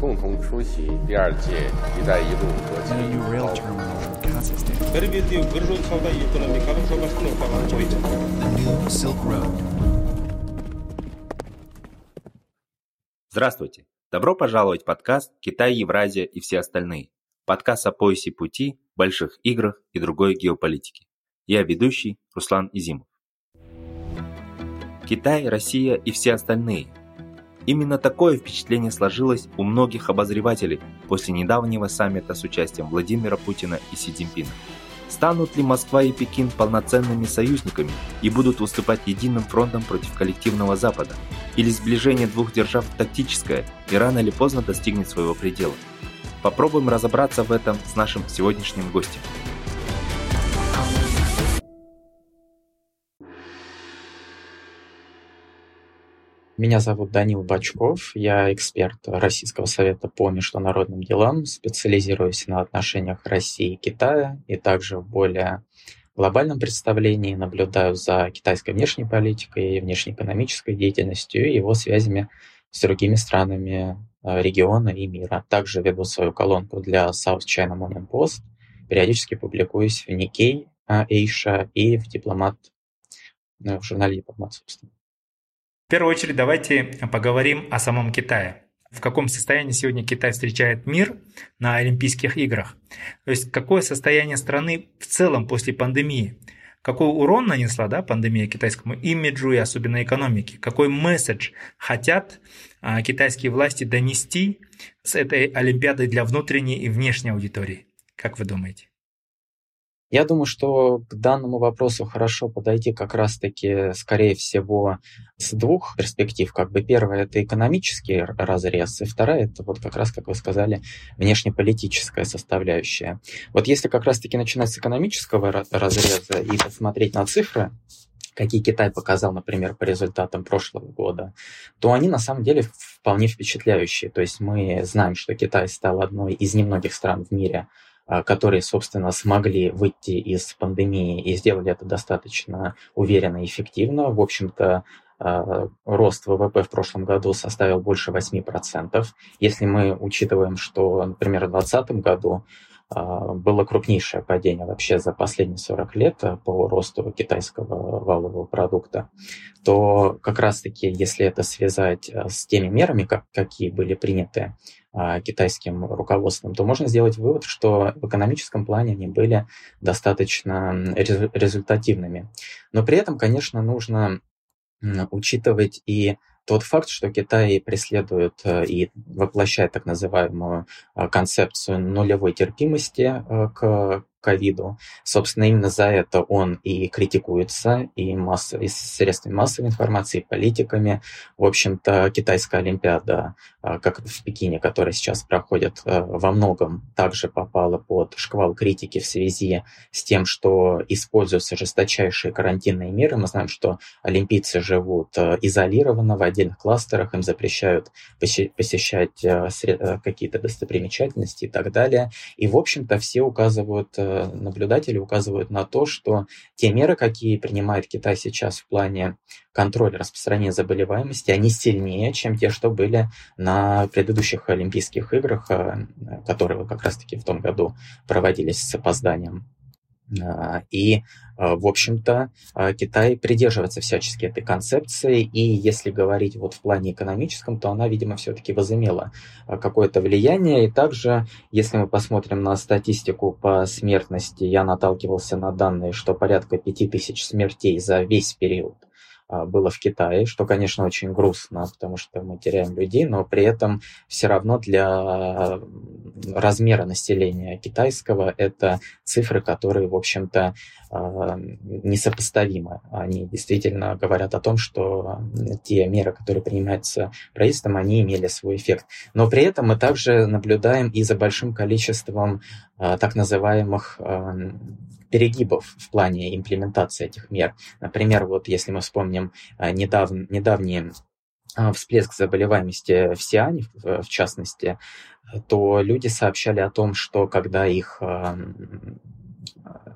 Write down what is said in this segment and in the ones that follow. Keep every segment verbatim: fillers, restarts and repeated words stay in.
共同出席第二届“一带一路”国际高峰。 Здравствуйте! Добро пожаловать в подкаст «Китай, Евразия и все остальные». Подкаст о поясе пути, больших играх и другой геополитике. Я ведущий Руслан Изимов. Китай, Россия и все остальные. Именно такое впечатление сложилось у многих обозревателей после недавнего саммита с участием Владимира Путина и Си Цзиньпина. Станут ли Москва и Пекин полноценными союзниками и будут выступать единым фронтом против коллективного Запада? Или сближение двух держав тактическое и рано или поздно достигнет своего предела? Попробуем разобраться в этом с нашим сегодняшним гостем. Меня зовут Данил Бочков, я эксперт Российского совета по международным делам, специализируюсь на отношениях России и Китая и также в более глобальном представлении наблюдаю за китайской внешней политикой, внешнеэкономической деятельностью и его связями с другими странами региона и мира. Также веду свою колонку для South China Morning Post, периодически публикуюсь в Nikkei Asia и в Дипломат, в журнале Дипломат, собственно. В первую очередь давайте поговорим о самом Китае. В каком состоянии сегодня Китай встречает мир на Олимпийских играх? То есть какое состояние страны в целом после пандемии? Какой урон нанесла да, пандемия китайскому имиджу и особенно экономике? Какой месседж хотят а, китайские власти донести с этой Олимпиадой для внутренней и внешней аудитории? Как вы думаете? Я думаю, что к данному вопросу хорошо подойти как раз-таки, скорее всего, с двух перспектив. Как бы первая — это экономический разрез, и вторая — это вот как раз, как вы сказали, внешнеполитическая составляющая. Вот если как раз-таки начинать с экономического разреза и посмотреть на цифры, какие Китай показал, например, по результатам прошлого года, то они на самом деле вполне впечатляющие. То есть мы знаем, что Китай стал одной из немногих стран в мире, которые, собственно, смогли выйти из пандемии и сделали это достаточно уверенно и эффективно. В общем-то, рост ВВП в прошлом году составил больше восемь процентов. Если мы учитываем, что, например, в две тысячи двадцатом году было крупнейшее падение вообще за последние сорок лет по росту китайского валового продукта, то как раз-таки, если это связать с теми мерами, как, какие были приняты китайским руководством, то можно сделать вывод, что в экономическом плане они были достаточно результативными. Но при этом, конечно, нужно учитывать и тот факт, что Китай преследует и воплощает так называемую концепцию нулевой терпимости к ковиду. Собственно, именно за это он и критикуется и, масс... и средствами массовой информации, и политиками. В общем-то, китайская Олимпиада, как в Пекине, которая сейчас проходит, во многом также попала под шквал критики в связи с тем, что используются жесточайшие карантинные меры. Мы знаем, что олимпийцы живут изолированно в отдельных кластерах, им запрещают посещать какие-то достопримечательности и так далее. И, в общем-то, все указывают наблюдатели указывают на то, что те меры, какие принимает Китай сейчас в плане контроля распространения заболеваемости, они сильнее, чем те, что были на предыдущих Олимпийских играх, которые как раз-таки в том году проводились с опозданием. И, в общем-то, Китай придерживается всячески этой концепции, и если говорить вот в плане экономическом, то она, видимо, все-таки возымела какое-то влияние. И также, если мы посмотрим на статистику по смертности, я наталкивался на данные, что порядка пяти тысяч смертей за весь период было в Китае, что, конечно, очень грустно, потому что мы теряем людей, но при этом все равно для размера населения китайского это цифры, которые, в общем-то, несопоставимы. Они действительно говорят о том, что те меры, которые принимаются правительством, они имели свой эффект. Но при этом мы также наблюдаем и за большим количеством так называемых перегибов в плане имплементации этих мер. Например, вот если мы вспомним недав, недавние всплеск заболеваемости в Сиане, в частности, то люди сообщали о том, что когда их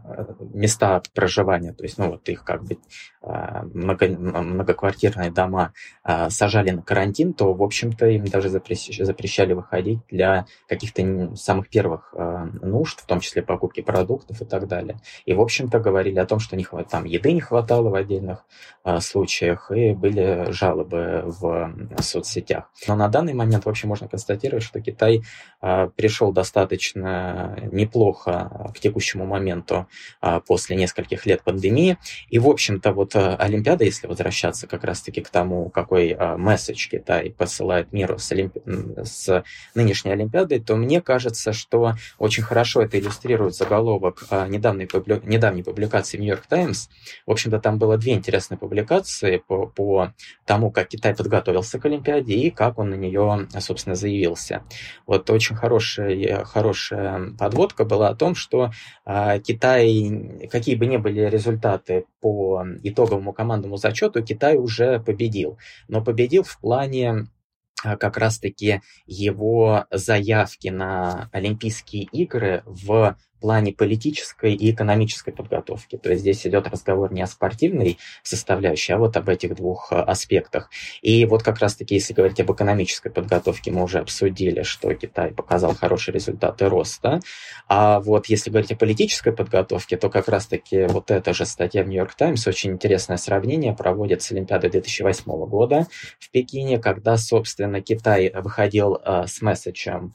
места проживания, то есть, ну, вот их как бы много, многоквартирные дома сажали на карантин, то, в общем-то, им даже запрещали выходить для каких-то самых первых нужд, в том числе покупки продуктов и так далее. И, в общем-то, говорили о том, что не хватало, там еды не хватало в отдельных случаях, и были жалобы в соцсетях. Но на данный момент вообще можно констатировать, что Китай пришел достаточно неплохо к текущему моменту после нескольких лет пандемии. И, в общем-то, вот Олимпиада, если возвращаться как раз-таки к тому, какой месседж Китай посылает миру с, Олимпи... с нынешней Олимпиадой, то мне кажется, что очень хорошо это иллюстрирует заголовок недавней, публи... недавней публикации в Нью-Йорк Таймс. В общем-то, там было две интересные публикации по, по тому, как Китай подготовился к Олимпиаде и как он на нее, собственно, заявился. Вот очень хорошая, хорошая подводка была о том, что э, Китай, какие бы ни были результаты по итоговому командному зачету, Китай уже победил. Но победил в плане как раз-таки его заявки на Олимпийские игры в плане политической и экономической подготовки. То есть здесь идет разговор не о спортивной составляющей, а вот об этих двух аспектах. И вот как раз-таки, если говорить об экономической подготовке, мы уже обсудили, что Китай показал хорошие результаты роста. А вот если говорить о политической подготовке, то как раз-таки вот эта же статья в Нью-Йорк Таймс, очень интересное сравнение проводит с Олимпиадой две тысячи восьмого года в Пекине, когда, собственно, Китай выходил э, с месседжем,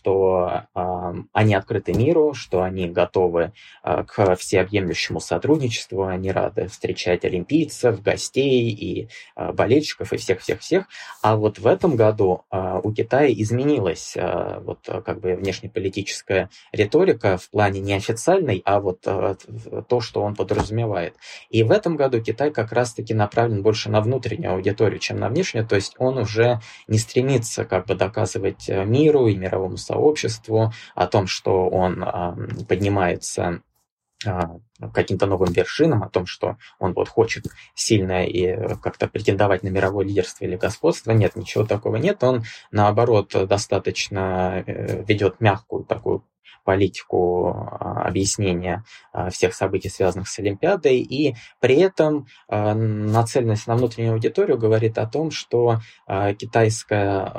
что э, они открыты миру, что они готовы э, к всеобъемлющему сотрудничеству, они рады встречать олимпийцев, гостей и э, болельщиков и всех-всех-всех. А вот в этом году э, у Китая изменилась э, вот, как бы внешнеполитическая риторика в плане не официальной, а вот э, то, что он подразумевает. И в этом году Китай как раз-таки направлен больше на внутреннюю аудиторию, чем на внешнюю, то есть он уже не стремится как бы доказывать миру и мировому сообществу о том, что он э, поднимается э, к каким-то новым вершинам, о том, что он вот хочет сильно и как-то претендовать на мировое лидерство или господство. Нет, ничего такого нет. Он, наоборот, достаточно э, ведет мягкую такую политику объяснения всех событий, связанных с Олимпиадой, и при этом нацеленность на внутреннюю аудиторию говорит о том, что китайская,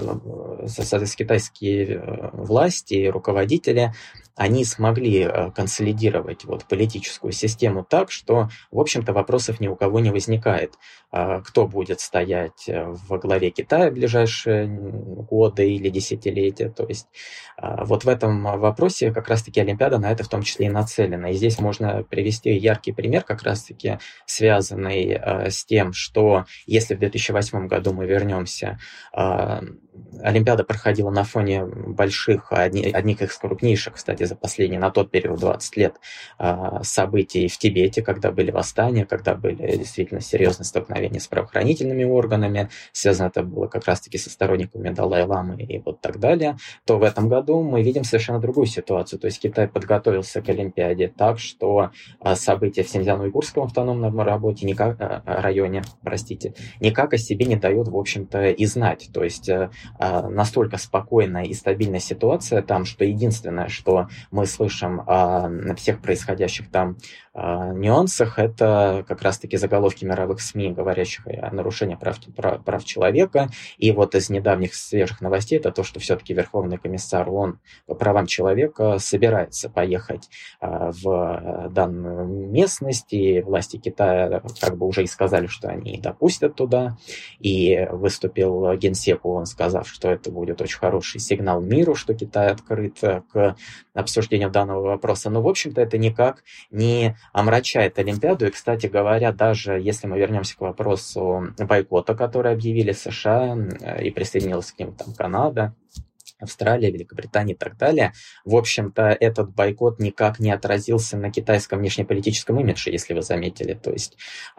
китайские власти, руководители, они смогли консолидировать вот политическую систему так, что, в общем-то, вопросов ни у кого не возникает. Кто будет стоять во главе Китая в ближайшие годы или десятилетия. То есть вот в этом вопросе как раз-таки Олимпиада на это в том числе и нацелена. И здесь можно привести яркий пример, как раз-таки связанный с тем, что если в две тысячи восьмом году мы вернемся, Олимпиада проходила на фоне больших, одних из крупнейших, кстати, за последние на тот период двадцать лет событий в Тибете, когда были восстания, когда были действительно серьезные столкновения с правоохранительными органами, связано это было как раз-таки со сторонниками Далай-ламы и вот так далее, то в этом году мы видим совершенно другую ситуацию. То есть Китай подготовился к Олимпиаде так, что события в Синьцзян-Уйгурском автономном работе, никак, районе, простите, никак о себе не дают, в общем-то, и знать. То есть настолько спокойная и стабильная ситуация там, что единственное, что мы слышим о всех происходящих там нюансах, это как раз-таки заголовки мировых СМИ, говорящих о нарушении прав, прав, прав человека. И вот из недавних свежих новостей это то, что все-таки Верховный комиссар ООН по правам человека собирается поехать в данную местность, и власти Китая как бы уже и сказали, что они допустят туда, и выступил генсек ООН, сказав, что это будет очень хороший сигнал миру, что Китай открыт к обсуждению данного вопроса. Но, в общем-то, это никак не омрачает Олимпиаду. И, кстати говоря, даже если мы вернемся к вопросу бойкота, который объявили США, и присоединилась к ним там Канада, Австралия, Великобритания и так далее. В общем-то, этот бойкот никак не отразился на китайском внешнеполитическом имидже, если вы заметили. То есть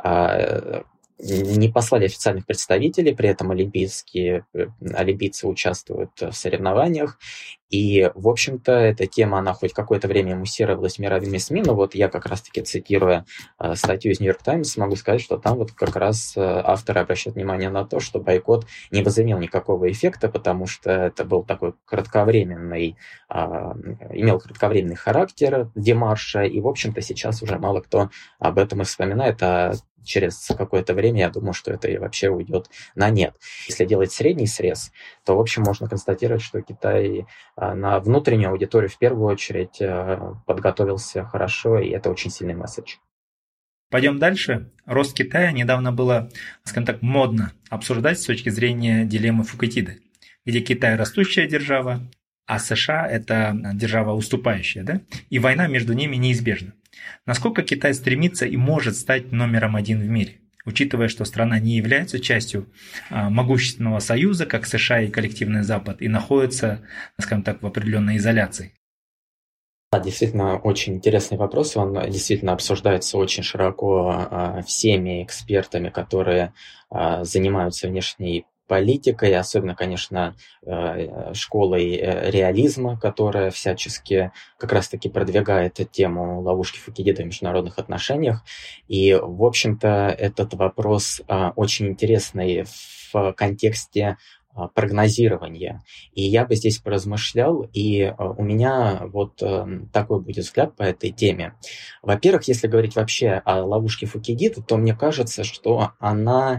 не послали официальных представителей, при этом олимпийские, олимпийцы участвуют в соревнованиях, И, в общем-то, эта тема, она хоть какое-то время муссировалась мировыми СМИ, но вот я как раз-таки, цитируя э, статью из Нью-Йорк Таймс, могу сказать, что там вот как раз э, авторы обращают внимание на то, что бойкот не возымел никакого эффекта, потому что это был такой кратковременный, э, имел кратковременный характер демарша, и, в общем-то, сейчас уже мало кто об этом и вспоминает, а через какое-то время, я думаю, что это и вообще уйдет на нет. Если делать средний срез, то, в общем, можно констатировать, что Китай на внутреннюю аудиторию в первую очередь подготовился хорошо, и это очень сильный месседж. Пойдем дальше. Рост Китая недавно было, скажем так, модно обсуждать с точки зрения дилеммы Фукуйтиды, где Китай растущая держава, а США – это держава уступающая, да? И война между ними неизбежна. Насколько Китай стремится и может стать номером один в мире, учитывая, что страна не является частью могущественного союза, как США и коллективный Запад, и находится, скажем так, в определенной изоляции? Да, действительно, очень интересный вопрос. Он действительно обсуждается очень широко всеми экспертами, которые занимаются внешней политикой, особенно, конечно, школой реализма, которая всячески как раз-таки продвигает тему ловушки Фукидиды в международных отношениях. И, в общем-то, этот вопрос очень интересный в контексте прогнозирования. И я бы здесь поразмышлял, и у меня вот такой будет взгляд по этой теме. Во-первых, если говорить вообще о ловушке Фукидиды, то мне кажется, что она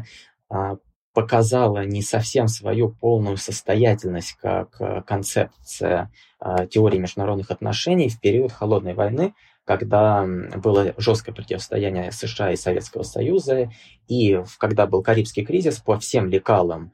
показала не совсем свою полную состоятельность как концепция теории международных отношений в период Холодной войны, когда было жесткое противостояние США и Советского Союза, и когда был Карибский кризис, по всем лекалам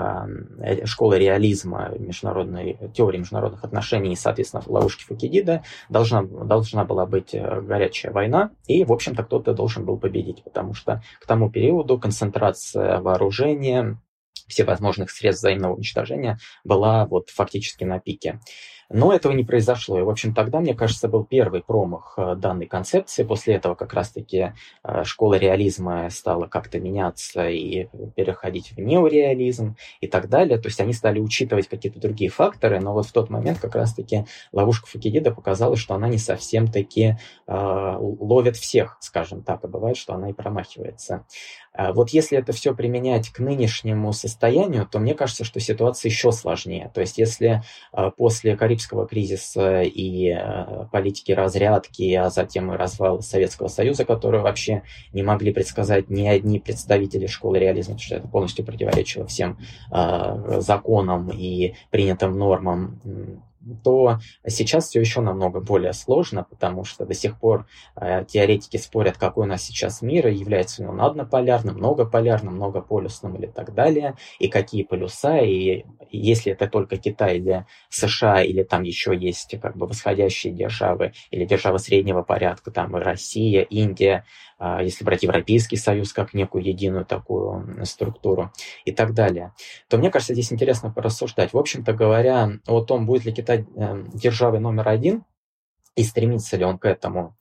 э, школы реализма, международной, теории международных отношений и, соответственно, ловушки Фукидида должна, должна была быть горячая война, и, в общем-то, кто-то должен был победить, потому что к тому периоду концентрация вооружения, всевозможных средств взаимного уничтожения была вот фактически на пике. Но этого не произошло. И, в общем, тогда, мне кажется, был первый промах данной концепции. После этого как раз-таки школа реализма стала как-то меняться и переходить в неореализм и так далее. То есть они стали учитывать какие-то другие факторы, но вот в тот момент как раз-таки ловушка Фукидида показала, что она не совсем-таки э, ловит всех, скажем так, и бывает, что она и промахивается. Вот если это все применять к нынешнему состоянию, то мне кажется, что ситуация еще сложнее. То есть если после Карибского кризиса и политики разрядки, а затем и развала Советского Союза, который вообще не могли предсказать ни одни представители школы реализма, потому что это полностью противоречило всем законам и принятым нормам, то сейчас все еще намного более сложно, потому что до сих пор э, теоретики спорят, какой у нас сейчас мир, и является он однополярным, многополярным, многополюсным или так далее, и какие полюса, и если это только Китай или США, или там еще есть как бы восходящие державы, или державы среднего порядка, там и Россия, Индия, э, если брать Европейский Союз как некую единую такую структуру и так далее, то мне кажется, здесь интересно порассуждать. В общем-то говоря, о том, будет ли Китай державой номер один и стремится ли он к этому.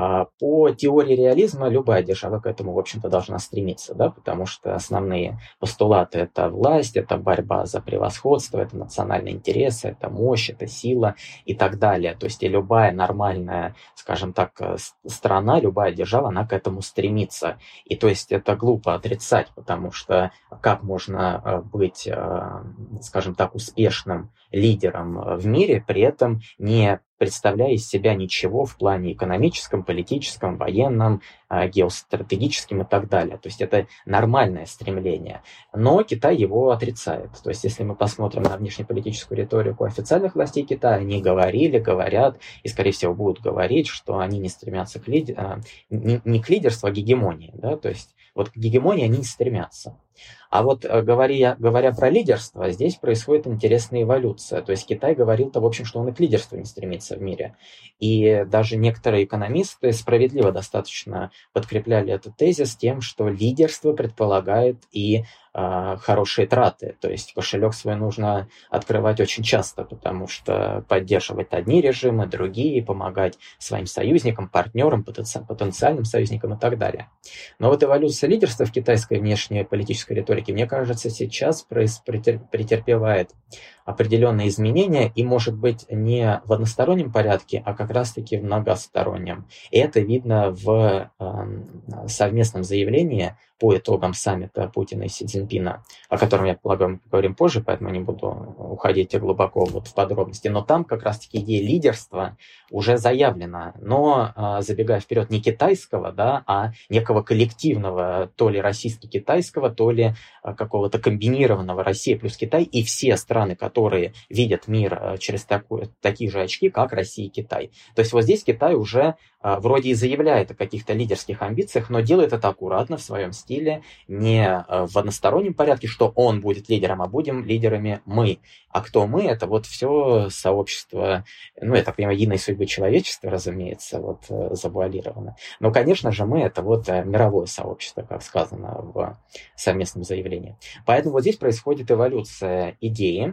По теории реализма любая держава к этому, в общем-то, должна стремиться, да, потому что основные постулаты – это власть, это борьба за превосходство, это национальные интересы, это мощь, это сила и так далее. То есть и любая нормальная, скажем так, страна, любая держава, она к этому стремится. И то есть это глупо отрицать, потому что как можно быть, скажем так, успешным лидером в мире, при этом не представляя из себя ничего в плане экономическом, политическом, военном, геостратегическим и так далее. То есть это нормальное стремление. Но Китай его отрицает. То есть если мы посмотрим на внешнеполитическую риторику официальных властей Китая, они говорили, говорят и, скорее всего, будут говорить, что они не стремятся к лидерству, не к лидерству, а к гегемонии. Да? То есть вот к гегемонии они не стремятся. А вот говоря, говоря про лидерство, здесь происходит интересная эволюция. То есть Китай говорил-то, в общем, что он и к лидерству не стремится в мире. И даже некоторые экономисты справедливо достаточно подкрепляли этот тезис тем, что лидерство предполагает и хорошие траты. То есть кошелек свой нужно открывать очень часто, потому что поддерживать одни режимы, другие, помогать своим союзникам, партнерам, потенциальным союзникам и так далее. Но вот эволюция лидерства в китайской внешней политической риторике, мне кажется, сейчас претерпевает определенные изменения, и, может быть, не в одностороннем порядке, а как раз-таки в многостороннем. И это видно в э, совместном заявлении по итогам саммита Путина и Си Цзиньпина, о котором, я полагаю, мы поговорим позже, поэтому не буду уходить глубоко вот в подробности. Но там как раз-таки идея лидерства уже заявлена, но, э, забегая вперед, не китайского, да, а некого коллективного, то ли российско-китайского, то ли э, какого-то комбинированного Россия плюс Китай, и все страны, которые видят мир через такую, такие же очки, как Россия и Китай. То есть вот здесь Китай уже э, вроде и заявляет о каких-то лидерских амбициях, но делает это аккуратно, в своем стиле, не э, в одностороннем порядке, что он будет лидером, а будем лидерами мы. А кто мы? Это вот все сообщество, ну, я так понимаю, единой судьбы человечества, разумеется, вот э, завуалировано. Но, конечно же, мы — это вот э, мировое сообщество, как сказано в совместном заявлении. Поэтому вот здесь происходит эволюция идеи.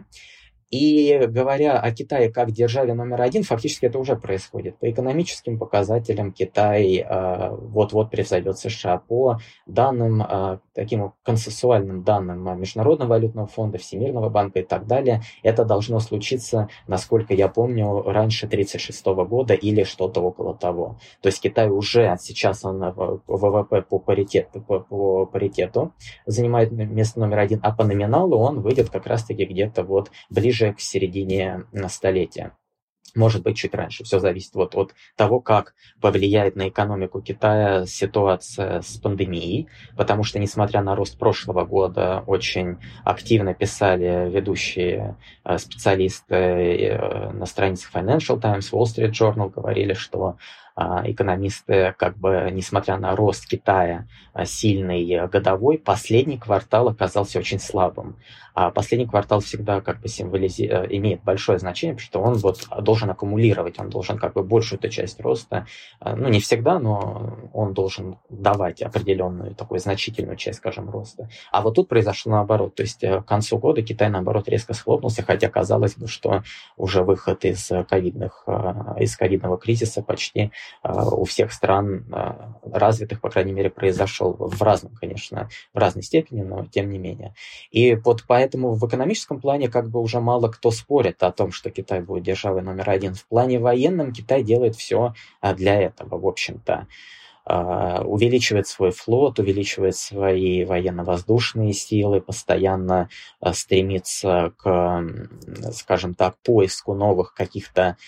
И говоря о Китае как державе номер один, фактически это уже происходит. По экономическим показателям Китай э, вот-вот превзойдет США. По данным, э, таким консенсуальным данным Международного валютного фонда, Всемирного банка и так далее, это должно случиться, насколько я помню, раньше тридцать шестого года или что-то около того. То есть Китай уже сейчас он в ВВП по паритету, по, по паритету занимает место номер один, а по номиналу он выйдет как раз-таки где-то вот ближе к середине столетия. Может быть, чуть раньше. Все зависит вот от того, как повлияет на экономику Китая ситуация с пандемией, потому что, несмотря на рост прошлого года, очень активно писали ведущие специалисты на страницах Financial Times, Wall Street Journal, говорили, что экономисты, как бы, несмотря на рост Китая сильный годовой, последний квартал оказался очень слабым. А последний квартал всегда как бы символизи... имеет большое значение, потому что он вот должен аккумулировать, он должен как бы большую эту часть роста, ну не всегда, но он должен давать определенную такую значительную часть, скажем, роста. А вот тут произошло наоборот, то есть к концу года Китай наоборот резко схлопнулся, хотя казалось бы, что уже выход из ковидных, из ковидного кризиса почти у всех стран развитых, по крайней мере, произошел в разном, конечно, в разной степени, но тем не менее. И вот поэтому в экономическом плане как бы уже мало кто спорит о том, что Китай будет державой номер один. В плане военном Китай делает все для этого, в общем-то. Увеличивает свой флот, увеличивает свои военно-воздушные силы, постоянно стремится к, скажем так, поиску новых каких-то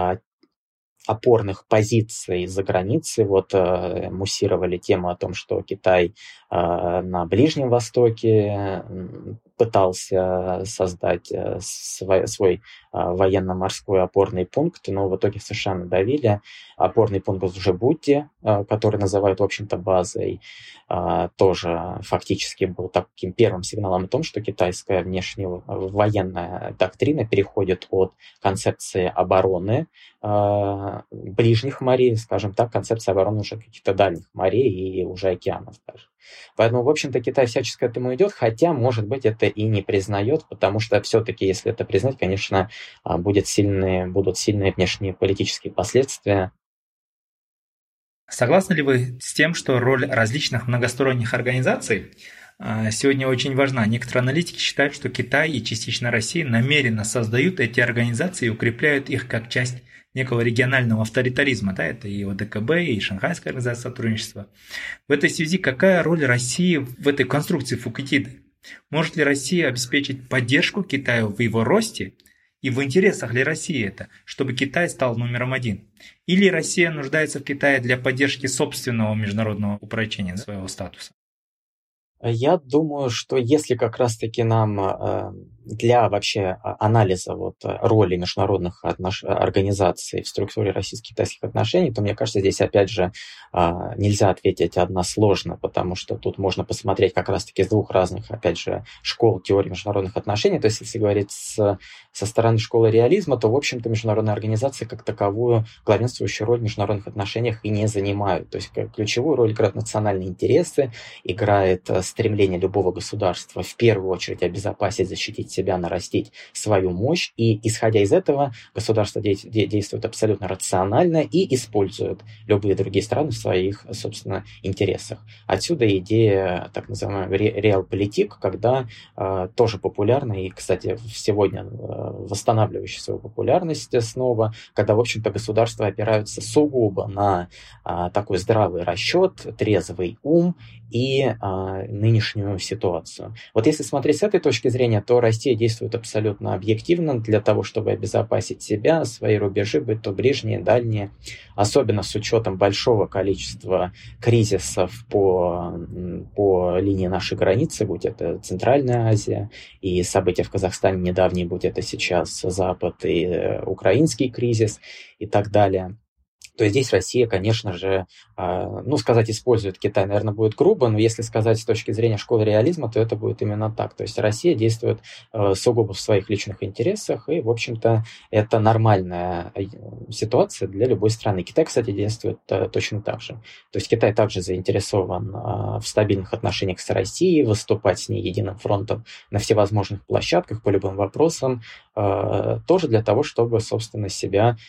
опорных позиций за границей. Вот э, муссировали тему о том, что Китай э, на Ближнем Востоке пытался создать э, свой, свой э, военно-морской опорный пункт, но в итоге США надавили. Опорный пункт в Джибути, э, который называют, в общем-то, базой, э, тоже фактически был таким первым сигналом о том, что китайская внешняя военная доктрина переходит от концепции обороны э, ближних морей, скажем так, концепция обороны уже каких-то дальних морей и уже океанов даже. Поэтому, в общем-то, Китай всячески к этому идет, хотя, может быть, это и не признает, потому что все-таки, если это признать, конечно, будет сильные, будут сильные внешние политические последствия. Согласны ли вы с тем, что роль различных многосторонних организаций сегодня очень важна? Некоторые аналитики считают, что Китай и частично Россия намеренно создают эти организации и укрепляют их как часть некого регионального авторитаризма. Да? Это и ОДКБ, и Шанхайская организация сотрудничества. В этой связи какая роль России в этой конструкции Фукутиды? Может ли Россия обеспечить поддержку Китаю в его росте? И в интересах ли России это, чтобы Китай стал номером один? Или Россия нуждается в Китае для поддержки собственного международного упрочения своего статуса? Я думаю, что если как раз-таки нам э, для вообще анализа вот роли международных отнош... организаций в структуре российско-китайских отношений, то, мне кажется, здесь, опять же, нельзя ответить односложно, потому что тут можно посмотреть как раз-таки с двух разных, опять же, школ теории международных отношений. То есть, если говорить с, со стороны школы реализма, то, в общем-то, международные организации как таковую главенствующую роль в международных отношениях и не занимают. То есть, ключевую роль играют национальные интересы, играет стремление любого государства в первую очередь обезопасить, защитить себя, нарастить свою мощь. И, исходя из этого, государство действует абсолютно рационально и использует любые другие страны в своих, собственно, интересах. Отсюда идея так называемого реалполитик, когда э, тоже популярна и, кстати, сегодня э, восстанавливающая свою популярность снова, когда, в общем-то, государства опираются сугубо на э, такой здравый расчет, трезвый ум и э, нынешнюю ситуацию. Вот если смотреть с этой точки зрения, то Россия действует абсолютно объективно для того, чтобы обезопасить себя, свои рубежи, будь то ближние, дальние, особенно с учетом большого количества кризисов по, по линии нашей границы, будь это Центральная Азия и события в Казахстане недавние, будь это сейчас Запад и украинский кризис и так далее. То есть здесь Россия, конечно же, ну, сказать, использует Китай, наверное, будет грубо, но если сказать с точки зрения школы реализма, то это будет именно так. То есть Россия действует сугубо в своих личных интересах, и, в общем-то, это нормальная ситуация для любой страны. Китай, кстати, действует точно так же. То есть Китай также заинтересован в стабильных отношениях с Россией, выступать с ней единым фронтом на всевозможных площадках по любым вопросам, тоже для того, чтобы, собственно, себя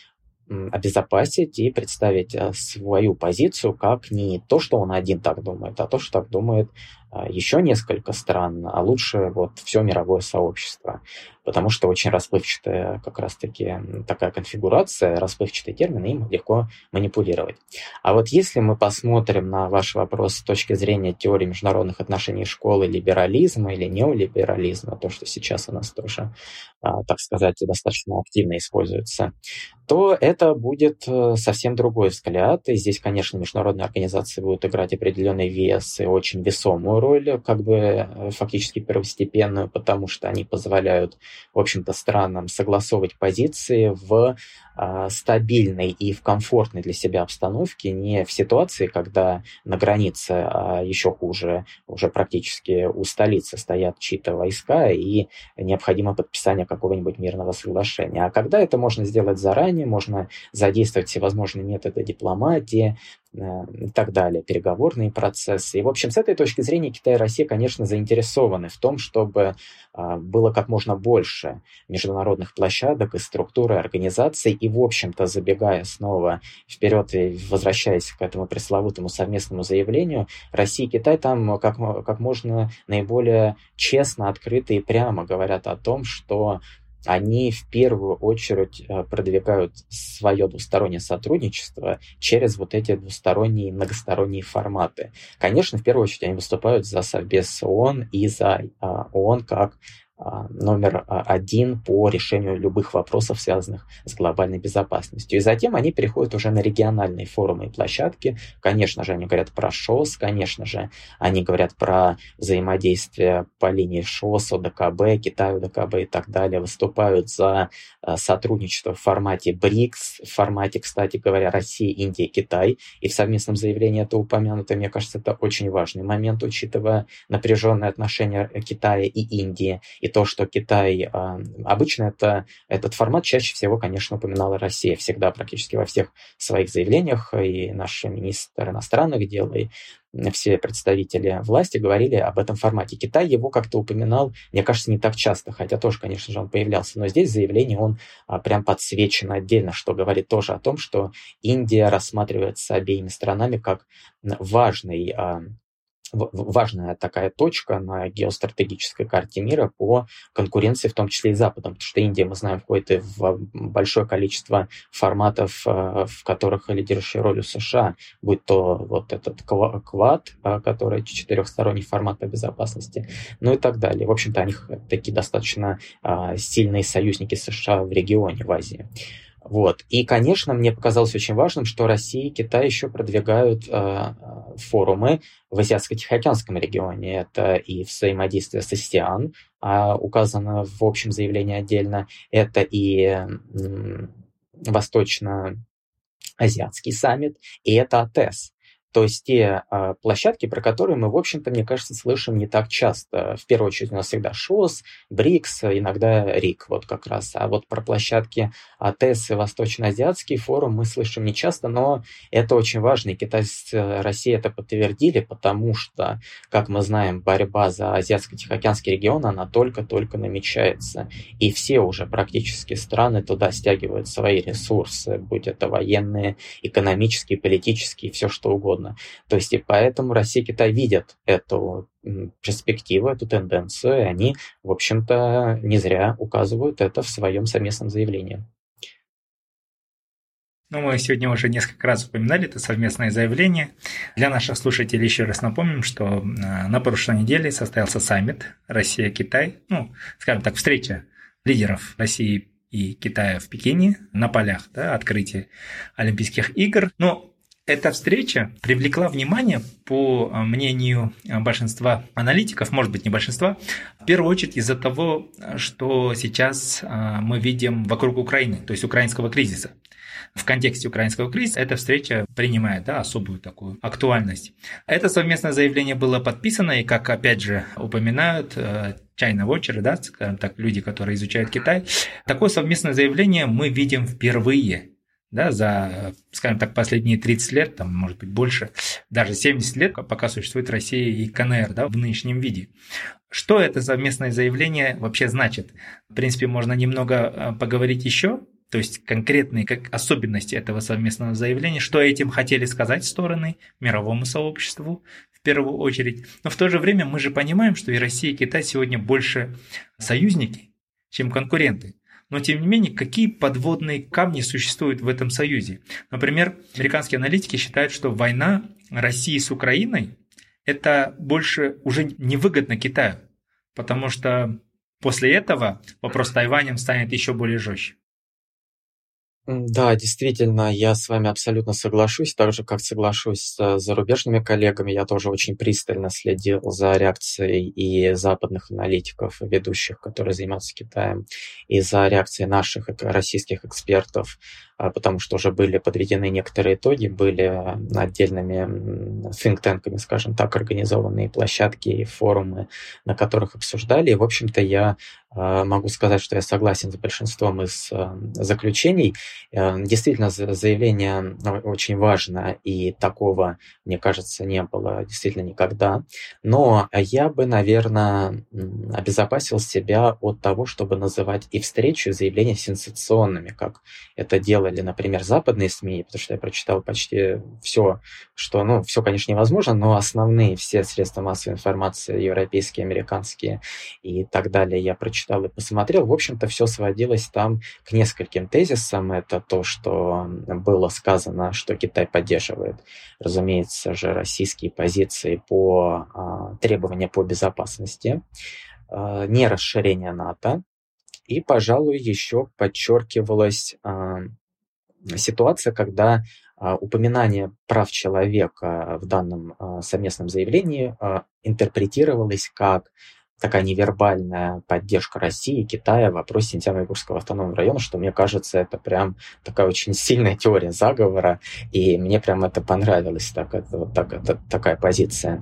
обезопасить и представить свою позицию как не то, что он один так думает, а то, что так думает еще несколько стран, а лучше вот все мировое сообщество. Потому что очень расплывчатая как раз-таки такая конфигурация, расплывчатый термин, и им легко манипулировать. А вот если мы посмотрим на ваш вопрос с точки зрения теории международных отношений школы либерализма или неолиберализма, то, что сейчас у нас тоже, так сказать, достаточно активно используется, то это будет совсем другой взгляд. И здесь, конечно, международные организации будут играть определенный вес и очень весомую роль, как бы фактически первостепенную, потому что они позволяют, в общем-то, странам согласовывать позиции в э, стабильной и в комфортной для себя обстановке, не в ситуации, когда на границе, а еще хуже, уже практически у столицы стоят чьи-то войска и необходимо подписание какого-нибудь мирного соглашения. А когда это можно сделать заранее, можно задействовать всевозможные методы дипломатии и так далее, переговорные процессы. И, в общем, с этой точки зрения Китай и Россия, конечно, заинтересованы в том, чтобы было как можно больше международных площадок и структур и организаций. И, в общем-то, забегая снова вперед и возвращаясь к этому пресловутому совместному заявлению, Россия и Китай там как, как можно наиболее честно, открыто и прямо говорят о том, что они в первую очередь продвигают свое двустороннее сотрудничество через вот эти двусторонние многосторонние форматы. Конечно, в первую очередь они выступают за Совбез ООН и за ООН как номер один по решению любых вопросов, связанных с глобальной безопасностью. И затем они переходят уже на региональные форумы и площадки. Конечно же, они говорят про ШОС, конечно же, они говорят про взаимодействие по линии ШОС, ОДКБ, Китай, ОДКБ и так далее. Выступают за сотрудничество в формате БРИКС, в формате, кстати говоря, Россия, Индия, Китай. И в совместном заявлении это упомянуто. Мне кажется, это очень важный момент, учитывая напряженные отношения Китая и Индии. И то, что Китай... Обычно это, этот формат чаще всего, конечно, упоминала Россия. Всегда практически во всех своих заявлениях. И наш министр иностранных дел, и все представители власти говорили об этом формате. Китай его как-то упоминал, мне кажется, не так часто, хотя тоже, конечно же, он появлялся. Но здесь заявление он прям подсвечено отдельно, что говорит тоже о том, что Индия рассматривается обеими сторонами как важный... важная такая точка на геостратегической карте мира по конкуренции, в том числе и с Западом, потому что Индия, мы знаем, входит в большое количество форматов, в которых лидирующая роль у США, будь то вот этот Квад, который четырехсторонний формат по безопасности, ну и так далее. В общем-то, они такие достаточно сильные союзники США в регионе, в Азии. Вот. И, конечно, мне показалось очень важным, что Россия и Китай еще продвигают э, форумы в Азиатско-Тихоокеанском регионе. Это и взаимодействие с АСЕАН, а, указано в общем заявлении отдельно. Это и м, Восточно-Азиатский саммит, и это АТЭС. То есть те э, площадки, про которые мы, в общем-то, мне кажется, слышим не так часто. В первую очередь у нас всегда ШОС, БРИКС, иногда РИК вот как раз. А вот про площадки АТЭС и Восточно-Азиатский форум мы слышим не часто, но это очень важно. И Китай с Россией это подтвердили, потому что, как мы знаем, борьба за Азиатско-Тихоокеанский регион, она только-только намечается. И все уже практически страны туда стягивают свои ресурсы, будь это военные, экономические, политические, все что угодно. То есть и поэтому Россия и Китай видят эту перспективу, эту тенденцию, и они, в общем-то, не зря указывают это в своем совместном заявлении. Ну, мы сегодня уже несколько раз упоминали это совместное заявление. Для наших слушателей еще раз напомним, что на прошлой неделе состоялся саммит Россия-Китай, ну, скажем так, встреча лидеров России и Китая в Пекине на полях, да, открытия Олимпийских игр. Но эта встреча привлекла внимание, по мнению большинства аналитиков, может быть, не большинства, в первую очередь из-за того, что сейчас мы видим вокруг Украины, то есть украинского кризиса. В контексте украинского кризиса эта встреча принимает, да, особую такую актуальность. Это совместное заявление было подписано, и, как опять же упоминают China Watcher, да, скажем так, люди, которые изучают Китай, такое совместное заявление мы видим впервые. Да, за, скажем так, последние тридцать лет, там, может быть, больше, даже семьдесят лет, пока существует Россия и КНР, да, в нынешнем виде. Что это совместное заявление вообще значит? В принципе, можно немного поговорить еще, то есть конкретные как особенности этого совместного заявления, что этим хотели сказать стороны, мировому сообществу в первую очередь. Но в то же время мы же понимаем, что и Россия, и Китай сегодня больше союзники, чем конкуренты. Но, тем не менее, какие подводные камни существуют в этом союзе? Например, американские аналитики считают, что война России с Украиной – это больше уже невыгодно Китаю, потому что после этого вопрос с Тайванем станет еще более жестче. Да, действительно, я с вами абсолютно соглашусь, так же, как соглашусь с зарубежными коллегами. Я тоже очень пристально следил за реакцией и западных аналитиков, ведущих, которые занимаются Китаем, и за реакцией наших российских экспертов, потому что уже были подведены некоторые итоги, были отдельными think-танками, скажем так, организованные площадки и форумы, на которых обсуждали. И, в общем-то, я могу сказать, что я согласен с большинством из заключений. Действительно, заявление очень важно, и такого, мне кажется, не было действительно никогда. Но я бы, наверное, обезопасил себя от того, чтобы называть и встречу, и заявления сенсационными, как это делали, например, западные СМИ, потому что я прочитал почти все, что, ну, все, конечно, невозможно, но основные все средства массовой информации, европейские, американские и так далее, я прочитал. читал и посмотрел, в общем-то, все сводилось там к нескольким тезисам. Это то, что было сказано, что Китай поддерживает, разумеется же, российские позиции по а, требованиям по безопасности, а, не расширение НАТО. И, пожалуй, еще подчеркивалась а, ситуация, когда а, упоминание прав человека в данном а, совместном заявлении а, интерпретировалось как такая невербальная поддержка России и Китая в вопросе Синьцзян-Уйгурского автономного района, что, мне кажется, это прям такая очень сильная теория заговора, и мне прям это понравилось, так, это, вот так, это, такая позиция.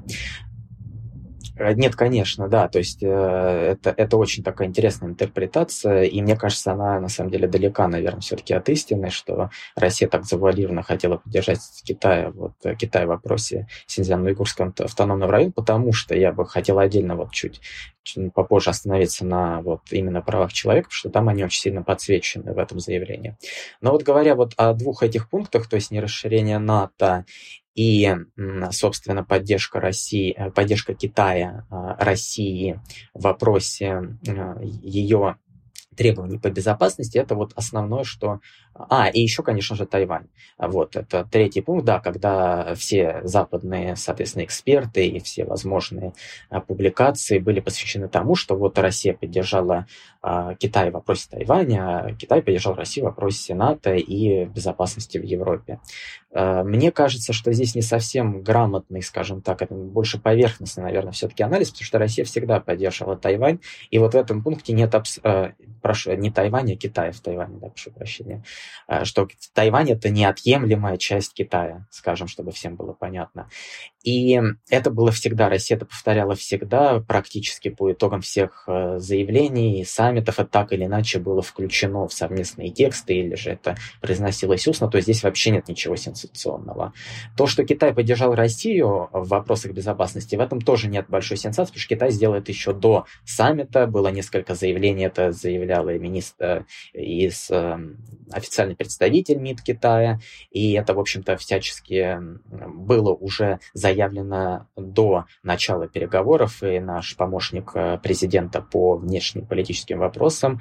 Нет, конечно, да, то есть э, это, это очень такая интересная интерпретация, и мне кажется, она на самом деле далека, наверное, все-таки от истины, что Россия так завуалированно хотела поддержать Китай, вот, Китай в вопросе Синьцзян-Уйгурского автономного района, потому что я бы хотел отдельно вот чуть, чуть попозже остановиться на вот именно правах человека, потому что там они очень сильно подсвечены в этом заявлении. Но вот говоря вот о двух этих пунктах, то есть не расширение НАТО и, собственно, поддержка России, поддержка Китая России в вопросе ее требований по безопасности, это вот основное, что... А, и еще, конечно же, Тайвань. Вот, это третий пункт, да, когда все западные, соответственно, эксперты и все возможные публикации были посвящены тому, что вот Россия поддержала Китай в вопросе Тайваня, Китай поддержал Россию в вопросе НАТО и безопасности в Европе. Мне кажется, что здесь не совсем грамотный, скажем так, это больше поверхностный, наверное, все-таки анализ, потому что Россия всегда поддерживала Тайвань, и вот в этом пункте нет, абс... прошу, не Тайвань, а Китая в Тайване, да, прошу прощения, что Тайвань — это неотъемлемая часть Китая, скажем, чтобы всем было понятно. И это было всегда, Россия это повторяла всегда, практически по итогам всех заявлений, саммитов, это так или иначе было включено в совместные тексты, или же это произносилось устно, то здесь вообще нет ничего сенсационного. То, что Китай поддержал Россию в вопросах безопасности, в этом тоже нет большой сенсации, потому что Китай сделал это еще до саммита, было несколько заявлений, это заявлял и министр, и официальный представитель МИД Китая, и это, в общем-то, всячески было уже заявлено заявлено до начала переговоров, и наш помощник президента по внешнеполитическим вопросам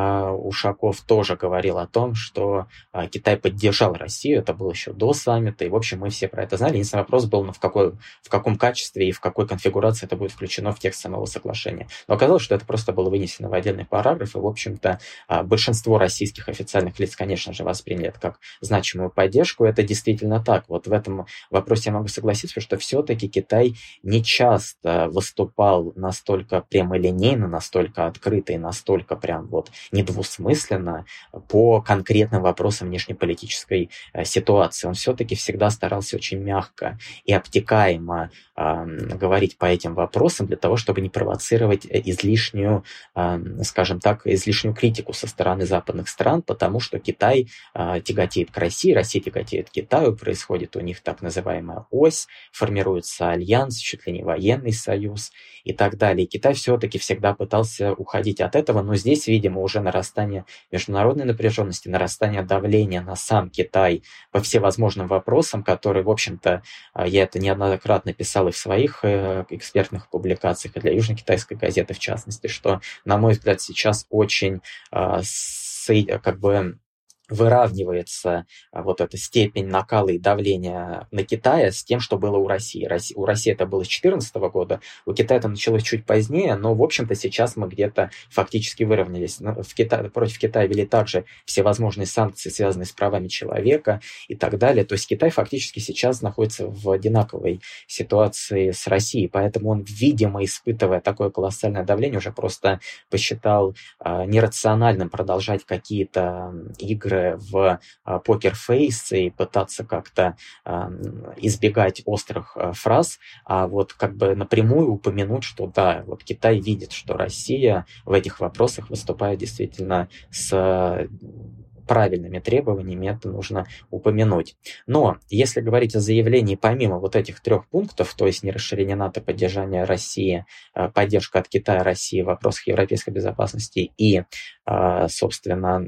Ушаков тоже говорил о том, что Китай поддержал Россию, это было еще до саммита, и, в общем, мы все про это знали. Единственный вопрос был, ну, в, какой, в каком качестве и в какой конфигурации это будет включено в текст самого соглашения. Но оказалось, что это просто было вынесено в отдельный параграф, и, в общем-то, большинство российских официальных лиц, конечно же, восприняли это как значимую поддержку. Это действительно так. Вот в этом вопросе я могу согласиться, что все-таки Китай не часто выступал настолько прямолинейно, настолько открыто и настолько прям вот недвусмысленно по конкретным вопросам внешнеполитической ситуации. Он все-таки всегда старался очень мягко и обтекаемо э, говорить по этим вопросам для того, чтобы не провоцировать излишнюю, э, скажем так, излишнюю критику со стороны западных стран, потому что Китай э, тяготеет к России, Россия тяготеет к Китаю, происходит у них так называемая ось, формируется альянс, чуть ли не военный союз и так далее. И Китай все-таки всегда пытался уходить от этого, но здесь, видимо, уже нарастание международной напряженности, нарастание давления на сам Китай по всевозможным вопросам, которые, в общем-то, я это неоднократно писал и в своих экспертных публикациях, и для Южно-Китайской газеты в частности, что, на мой взгляд, сейчас очень как бы выравнивается вот эта степень накала и давления на Китай с тем, что было у России. У России это было с две тысячи четырнадцатого года, у Китая это началось чуть позднее, но, в общем-то, сейчас мы где-то фактически выровнялись. В Китае, против Китая ввели также всевозможные санкции, связанные с правами человека и так далее. То есть Китай фактически сейчас находится в одинаковой ситуации с Россией, поэтому он, видимо, испытывая такое колоссальное давление, уже просто посчитал э, нерациональным продолжать какие-то игры в покер-фейс и пытаться как-то э, избегать острых э, фраз, а вот как бы напрямую упомянуть, что да, вот Китай видит, что Россия в этих вопросах выступает действительно с правильными требованиями, это нужно упомянуть. Но если говорить о заявлении помимо вот этих трех пунктов, то есть нерасширение НАТО, поддержание России, поддержка от Китая России в вопросах европейской безопасности и, собственно,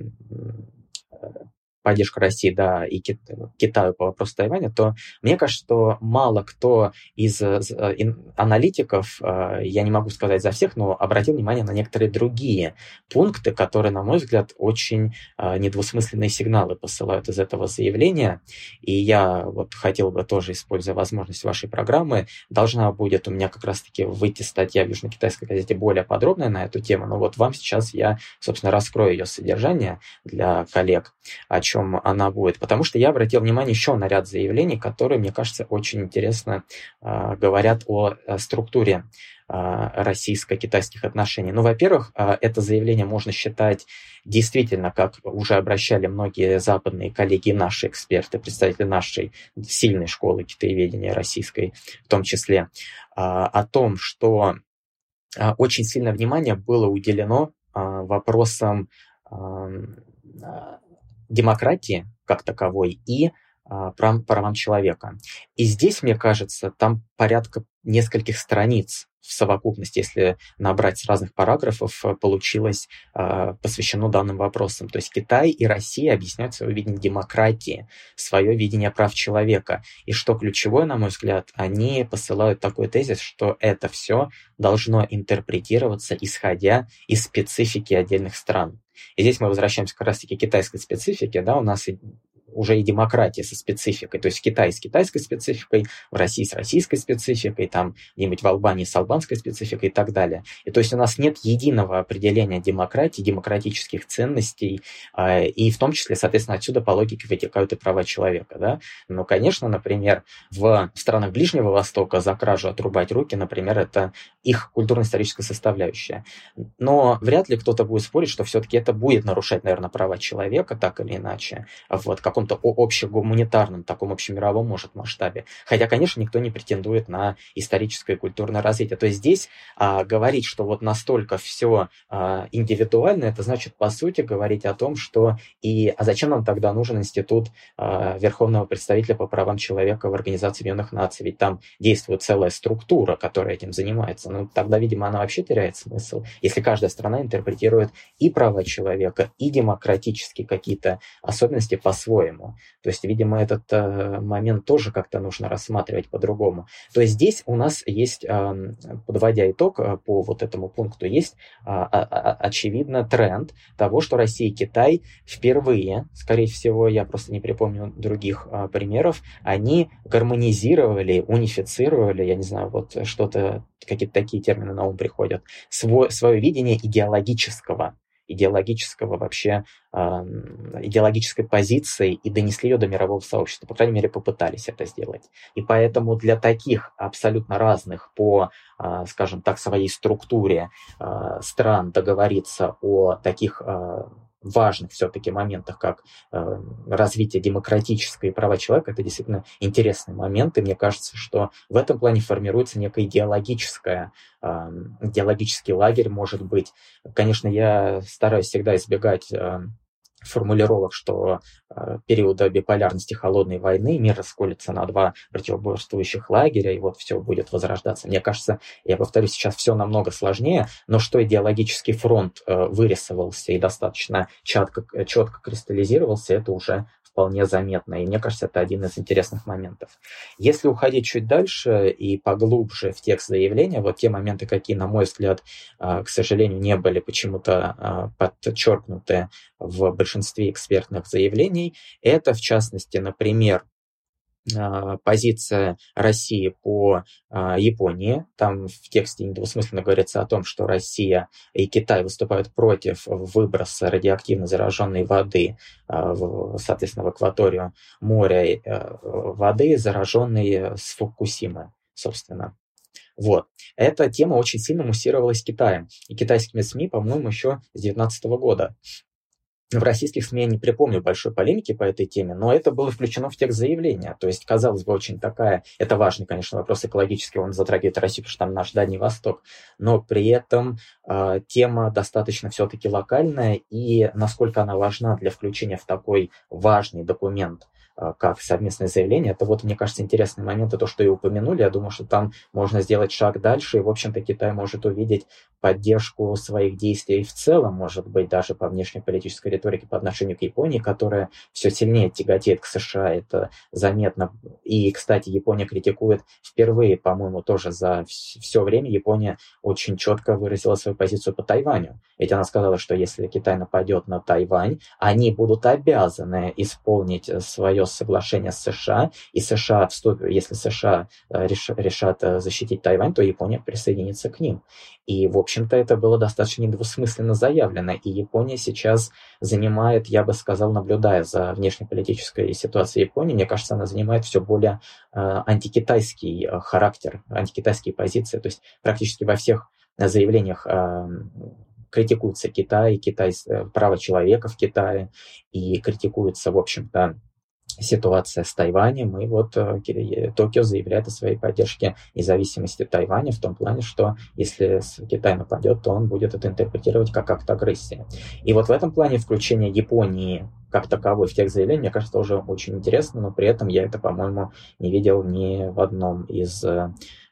поддержка России, да, и Китаю по вопросу Тайваня, то мне кажется, что мало кто из аналитиков, я не могу сказать за всех, но обратил внимание на некоторые другие пункты, которые, на мой взгляд, очень недвусмысленные сигналы посылают из этого заявления. И я вот хотел бы тоже, используя возможность вашей программы, должна будет у меня как раз-таки выйти статья в Южно-Китайской газете более подробная на эту тему, но вот вам сейчас я, собственно, раскрою ее содержание для коллег, о чем она будет, потому что я обратил внимание еще на ряд заявлений, которые, мне кажется, очень интересно э, говорят о, о структуре э, российско-китайских отношений. Ну, во-первых, э, это заявление можно считать действительно, как уже обращали многие западные коллеги, наши эксперты, представители нашей сильной школы китаеведения российской в том числе, э, о том, что э, очень сильное внимание было уделено э, вопросам э, демократии как таковой и а, прав, правам человека. И здесь, мне кажется, там порядка нескольких страниц в совокупности, если набрать с разных параграфов, получилось а, посвящено данным вопросам. То есть Китай и Россия объясняют свое видение демократии, свое видение прав человека. И что ключевое, на мой взгляд, они посылают такой тезис, что это все должно интерпретироваться, исходя из специфики отдельных стран. И здесь мы возвращаемся как раз-таки к китайской специфике. Да, у нас уже и демократия со спецификой. То есть Китай с китайской спецификой, в России с российской спецификой, там где-нибудь в Албании с албанской спецификой и так далее. И то есть у нас нет единого определения демократии, демократических ценностей, и в том числе, соответственно, отсюда по логике вытекают и права человека. Да? Но, конечно, например, в странах Ближнего Востока за кражу отрубать руки, например, это их культурно-историческая составляющая. Но вряд ли кто-то будет спорить, что все-таки это будет нарушать, наверное, права человека, так или иначе, в каком-то общегуманитарном, таком общемировом, может, масштабе. Хотя, конечно, никто не претендует на историческое и культурное развитие. То есть здесь а, говорить, что вот настолько все а, индивидуально, это значит, по сути, говорить о том, что и а зачем нам тогда нужен институт а, Верховного представителя по правам человека в Организации Объединенных Наций, ведь там действует целая структура, которая этим занимается. Ну, тогда, видимо, она вообще теряет смысл, если каждая страна интерпретирует и права человека, и демократические какие-то особенности по-своему. То есть, видимо, этот э, момент тоже как-то нужно рассматривать по-другому. То есть здесь у нас есть, э, подводя итог э, по вот этому пункту, есть э, э, очевидно тренд того, что Россия и Китай впервые, скорее всего, я просто не припомню других э, примеров, они гармонизировали, унифицировали, я не знаю, вот что-то, какие-то такие термины на ум приходят, свой, свое видение идеологического, идеологического вообще, э, идеологической позиции и донесли ее до мирового сообщества. По крайней мере, попытались это сделать. И поэтому для таких абсолютно разных по, э, скажем так, своей структуре э, стран договориться о таких э, важных все-таки моментах, как э, развитие демократической и права человека, это действительно интересный момент, и мне кажется, что в этом плане формируется некая идеологическая, э, идеологический лагерь, может быть. Конечно, я стараюсь всегда избегать э, формулировок, что э, периода биполярности холодной войны мир расколется на два противоборствующих лагеря, и вот все будет возрождаться. Мне кажется, я повторюсь, сейчас все намного сложнее, но что идеологический фронт э, вырисовался и достаточно четко, четко кристаллизировался, это уже вполне заметно. И мне кажется, это один из интересных моментов. Если уходить чуть дальше и поглубже в текст заявления, вот те моменты, какие, на мой взгляд, к сожалению, не были почему-то подчеркнуты в большинстве экспертных заявлений, это, в частности, например, позиция России по Японии. Там в тексте недвусмысленно говорится о том, что Россия и Китай выступают против выброса радиоактивно зараженной воды, соответственно, в акваторию моря, воды, зараженной с Фукусимы, собственно. Вот. Эта тема очень сильно муссировалась Китаем и китайскими СМИ, по-моему, еще с две тысячи девятнадцатого года. В российских СМИ я не припомню большой полемики по этой теме, но это было включено в текст заявления. То есть, казалось бы, очень такая... Это важный, конечно, вопрос экологический, он затрагивает Россию, потому что там наш Дальний Восток. Но при этом э, тема достаточно все-таки локальная, и насколько она важна для включения в такой важный документ, э, как совместное заявление, это вот, мне кажется, интересный момент, и то, что и упомянули. Я думаю, что там можно сделать шаг дальше, и, в общем-то, Китай может увидеть поддержку своих действий в целом, может быть, даже по внешнеполитической риторике по отношению к Японии, которая все сильнее тяготеет к США, это заметно. И, кстати, Япония критикует впервые, по-моему, тоже за все время Япония очень четко выразила свою позицию по Тайваню. Ведь она сказала, что если Китай нападет на Тайвань, они будут обязаны исполнить свое соглашение с США, и США вступят, если США решат защитить Тайвань, то Япония присоединится к ним. И, в общем-то, это было достаточно недвусмысленно заявлено. И Япония сейчас занимает, я бы сказал, наблюдая за внешнеполитической ситуацией Японии, мне кажется, она занимает все более э, антикитайский э, характер, антикитайские позиции. То есть практически во всех заявлениях э, критикуется Китай, Китай, э, право человека в Китае, и критикуется, в общем-то, ситуация с Тайванем, и вот э, Токио заявляет о своей поддержке независимости Тайваня в том плане, что если Китай нападет, то он будет это интерпретировать как акт агрессии. И вот в этом плане включение Японии как таковой в текст заявления, мне кажется, тоже очень интересно, но при этом я это, по-моему, не видел ни в одном из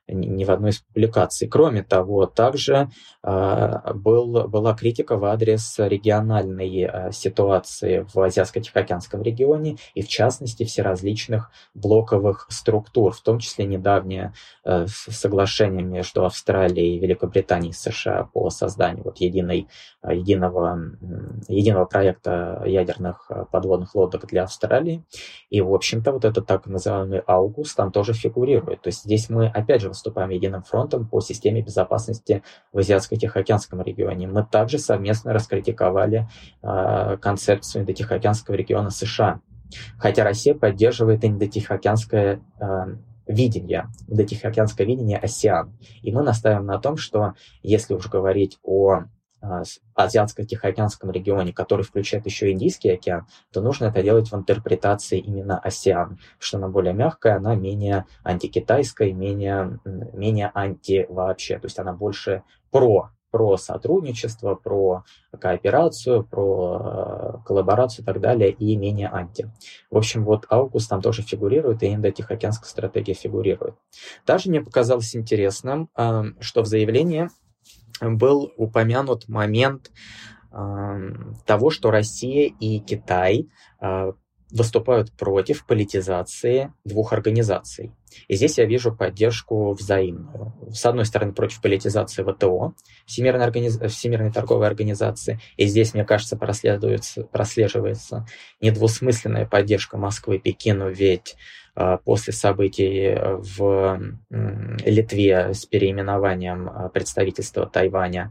ни в одной из публикаций. Кроме того, также был, была критика в адрес региональной ситуации в Азиатско-Тихоокеанском регионе и, в частности, всеразличных блоковых структур, в том числе недавнее соглашение между Австралией, Великобританией и США по созданию вот единой, единого, единого проекта ядерных подводных лодок для Австралии. И, в общем-то, вот этот так называемый AUKUS там тоже фигурирует. То есть здесь мы, опять же, выступаем единым фронтом по системе безопасности в Азиатско-Тихоокеанском регионе. Мы также совместно раскритиковали э, концепцию Индотихоокеанского региона США. Хотя Россия поддерживает индотихоокеанское э, видение, индотихоокеанское видение АСЕАН. И мы настаиваем на том, что если уж говорить о Азиатско-Тихоокеанском регионе, который включает еще Индийский океан, то нужно это делать в интерпретации именно АСЕАН, что она более мягкая, она менее антикитайская, менее, менее анти вообще, то есть она больше про, про сотрудничество, про кооперацию, про коллаборацию и так далее, и менее анти. В общем, вот AUKUS там тоже фигурирует, и Индо-Тихоокеанская стратегия фигурирует. Также мне показалось интересным, что в заявлении был упомянут момент э, того, что Россия и Китай э, выступают против политизации двух организаций. И здесь я вижу поддержку взаимную. С одной стороны, против политизации ВТО, Всемирной, организ... Всемирной торговой организации, и здесь, мне кажется, прослеживается, прослеживается недвусмысленная поддержка Москвы Пекину, ведь после событий в Литве с переименованием представительства Тайваня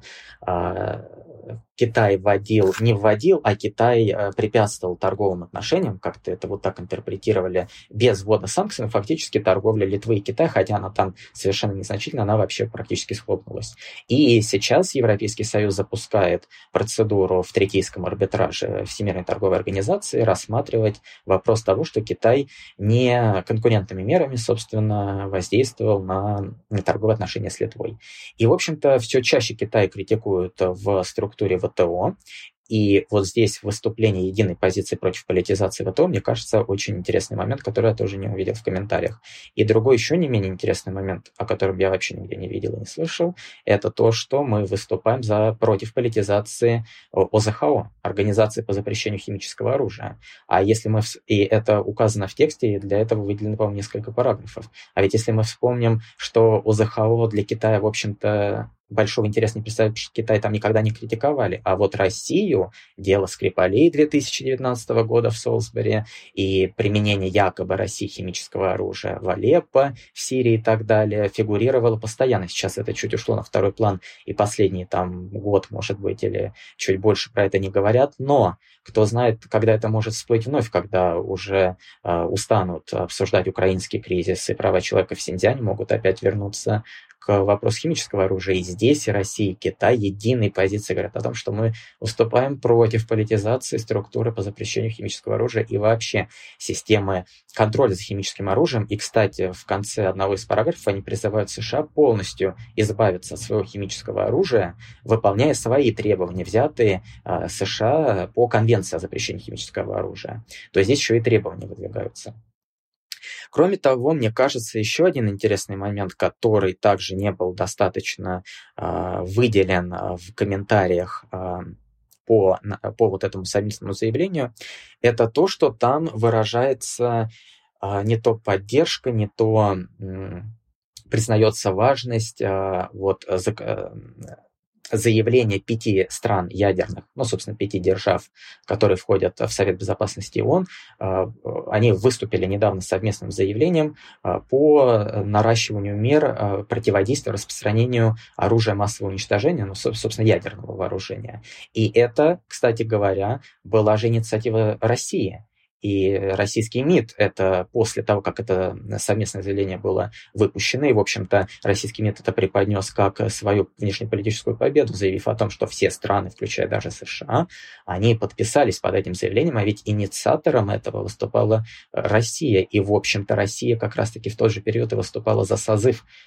Китай вводил, не вводил, а Китай препятствовал торговым отношениям, как-то это вот так интерпретировали, без ввода санкций, но фактически торговля Литвы и Китая, хотя она там совершенно незначительна, она вообще практически схлопнулась. И сейчас Европейский Союз запускает процедуру в третейском арбитраже Всемирной торговой организации рассматривать вопрос того, что Китай не конкурентными мерами, собственно, воздействовал на торговые отношения с Литвой. И, в общем-то, все чаще Китай критикуют в структуре ВТО. И вот здесь выступление единой позиции против политизации ВТО, мне кажется, очень интересный момент, который я тоже не увидел в комментариях. И другой еще не менее интересный момент, о котором я вообще нигде не видел и не слышал, это то, что мы выступаем за против политизации ОЗХО, Организации по запрещению химического оружия. А если мы... И это указано в тексте, и для этого выделено, по-моему, несколько параграфов. А ведь если мы вспомним, что ОЗХО для Китая, в общем-то, большого интереса не представляет, потому что Китай там никогда не критиковали. А вот Россию, дело Скрипалей две тысячи девятнадцатого года в Солсбери и применение якобы России химического оружия в Алеппо, в Сирии и так далее, фигурировало постоянно. Сейчас это чуть ушло на второй план, и последний там год, может быть, или чуть больше про это не говорят. Но кто знает, когда это может всплыть вновь, когда уже э, устанут обсуждать украинский кризис и права человека в Синьцзяне, могут опять вернуться к вопросу химического оружия. И здесь и Россия, и Китай единой позиции говорят о том, что мы выступаем против политизации структуры по запрещению химического оружия и вообще системы контроля за химическим оружием. И, кстати, в конце одного из параграфов они призывают США полностью избавиться от своего химического оружия, выполняя свои требования, взятые э, США по Конвенции о запрещении химического оружия. То есть здесь еще и требования выдвигаются. Кроме того, мне кажется, еще один интересный момент, который также не был достаточно э, выделен в комментариях э, по, по вот этому совместному заявлению, это то, что там выражается э, не то поддержка, не то э, признается важность э, вот, э, заявление пяти стран ядерных, ну, собственно, пяти держав, которые входят в Совет Безопасности ООН, они выступили недавно с совместным заявлением по наращиванию мер противодействия распространению оружия массового уничтожения, ну, собственно, ядерного вооружения. И это, кстати говоря, была же инициатива России. И российский МИД, это после того, как это совместное заявление было выпущено, и, в общем-то, российский МИД это преподнес как свою внешнеполитическую победу, заявив о том, что все страны, включая даже США, они подписались под этим заявлением, а ведь инициатором этого выступала Россия. И, в общем-то, Россия как раз-таки в тот же период и выступала за созыв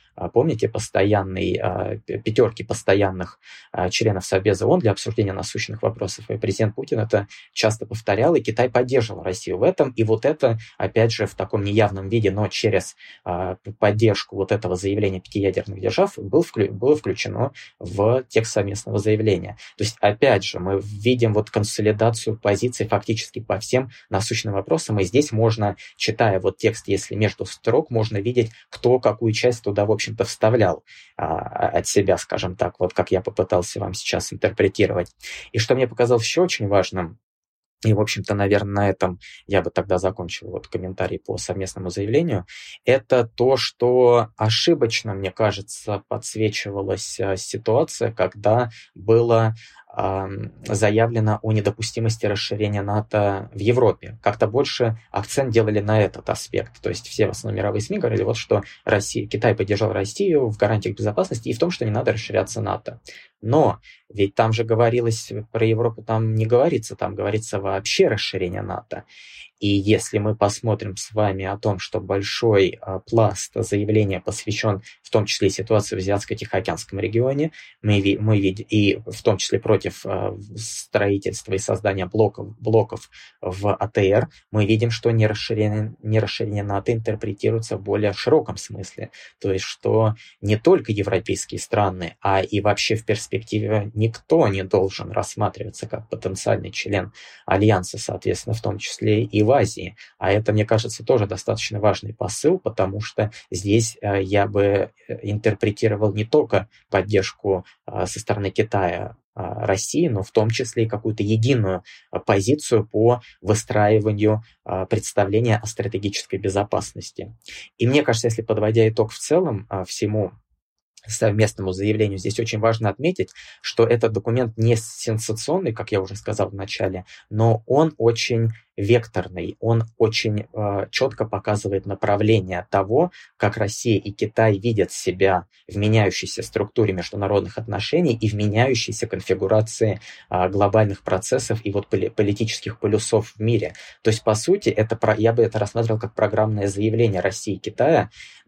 помните, постоянной, пятерки постоянных членов Совбеза ООН для обсуждения насущных вопросов. И президент Путин это часто повторял, и Китай поддерживал Россию в этом. И вот это, опять же, в таком неявном виде, но через поддержку вот этого заявления пяти ядерных держав было включено в текст совместного заявления. То есть, опять же, мы видим вот консолидацию позиций фактически по всем насущным вопросам. И здесь можно, читая вот текст, если между строк, можно видеть, кто какую часть туда, в общем-то, вставлял а, от себя, скажем так, вот как я попытался вам сейчас интерпретировать. И что мне показалось еще очень важным, и, в общем-то, наверное, на этом я бы тогда закончил вот комментарий по совместному заявлению, это то, что ошибочно, мне кажется, подсвечивалась ситуация, когда было э, заявлено о недопустимости расширения НАТО в Европе. Как-то больше акцент делали на этот аспект. То есть все в основном мировые СМИ говорили, вот, что Россия, Китай поддержал Россию в гарантиях безопасности и в том, что не надо расширяться НАТО. Но ведь там же говорилось, про Европу там не говорится, там говорится вообще расширение НАТО. И если мы посмотрим с вами о том, что большой а, пласт заявления посвящен в том числе и ситуации в Азиатско-Тихоокеанском регионе, мы, мы видим, и в том числе против а, строительства и создания блоков, блоков в АТР, мы видим, что нерасширение, нерасширение НАТО интерпретируется в более широком смысле. То есть, что не только европейские страны, а и вообще в перспективе никто не должен рассматриваться как потенциальный член Альянса, соответственно, в том числе и в Азии. А это, мне кажется, тоже достаточно важный посыл, потому что здесь я бы интерпретировал не только поддержку со стороны Китая России, но в том числе и какую-то единую позицию по выстраиванию представления о стратегической безопасности. И мне кажется, если подводя итог в целом всему совместному заявлению, здесь очень важно отметить, что этот документ не сенсационный, как я уже сказал в начале, но он очень векторный, он очень э, четко показывает направление того, как Россия и Китай видят себя в меняющейся структуре международных отношений и в меняющейся конфигурации э, глобальных процессов и вот политических полюсов в мире. То есть, по сути, это, я бы это рассматривал как программное заявление России и Китая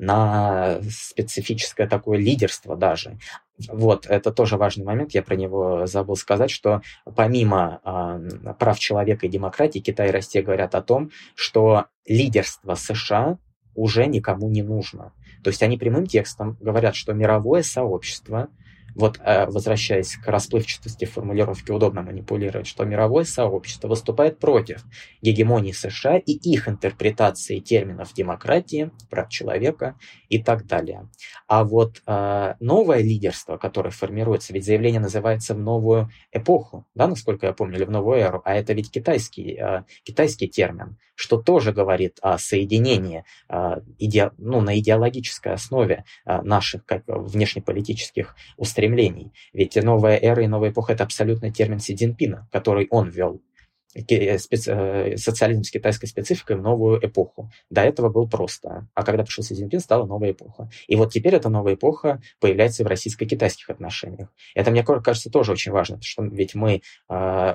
на специфическое такое лидерство даже. Вот, это тоже важный момент, я про него забыл сказать, что помимо э, прав человека и демократии, Китай и Россия говорят о том, что лидерство США уже никому не нужно. То есть они прямым текстом говорят, что мировое сообщество, вот э, возвращаясь к расплывчатости формулировки, удобно манипулировать, что мировое сообщество выступает против гегемонии США и их интерпретации терминов демократии, прав человека и так далее. А вот э, новое лидерство, которое формируется, ведь заявление называется «в новую эпоху», да, насколько я помню, или «в новую эру», а это ведь китайский, э, китайский термин, что тоже говорит о соединении э, иде, ну, на идеологической основе э, наших как, внешнеполитических устремлений. Ведь новая эра и новая эпоха – это абсолютно термин Си Цзиньпина, который он ввел. Специ... Социализм с китайской спецификой в новую эпоху. До этого был просто. А когда пришел Си Цзиньпин, стала новая эпоха. И вот теперь эта новая эпоха появляется и в российско-китайских отношениях. Это, мне кажется, тоже очень важно, потому что ведь мы э,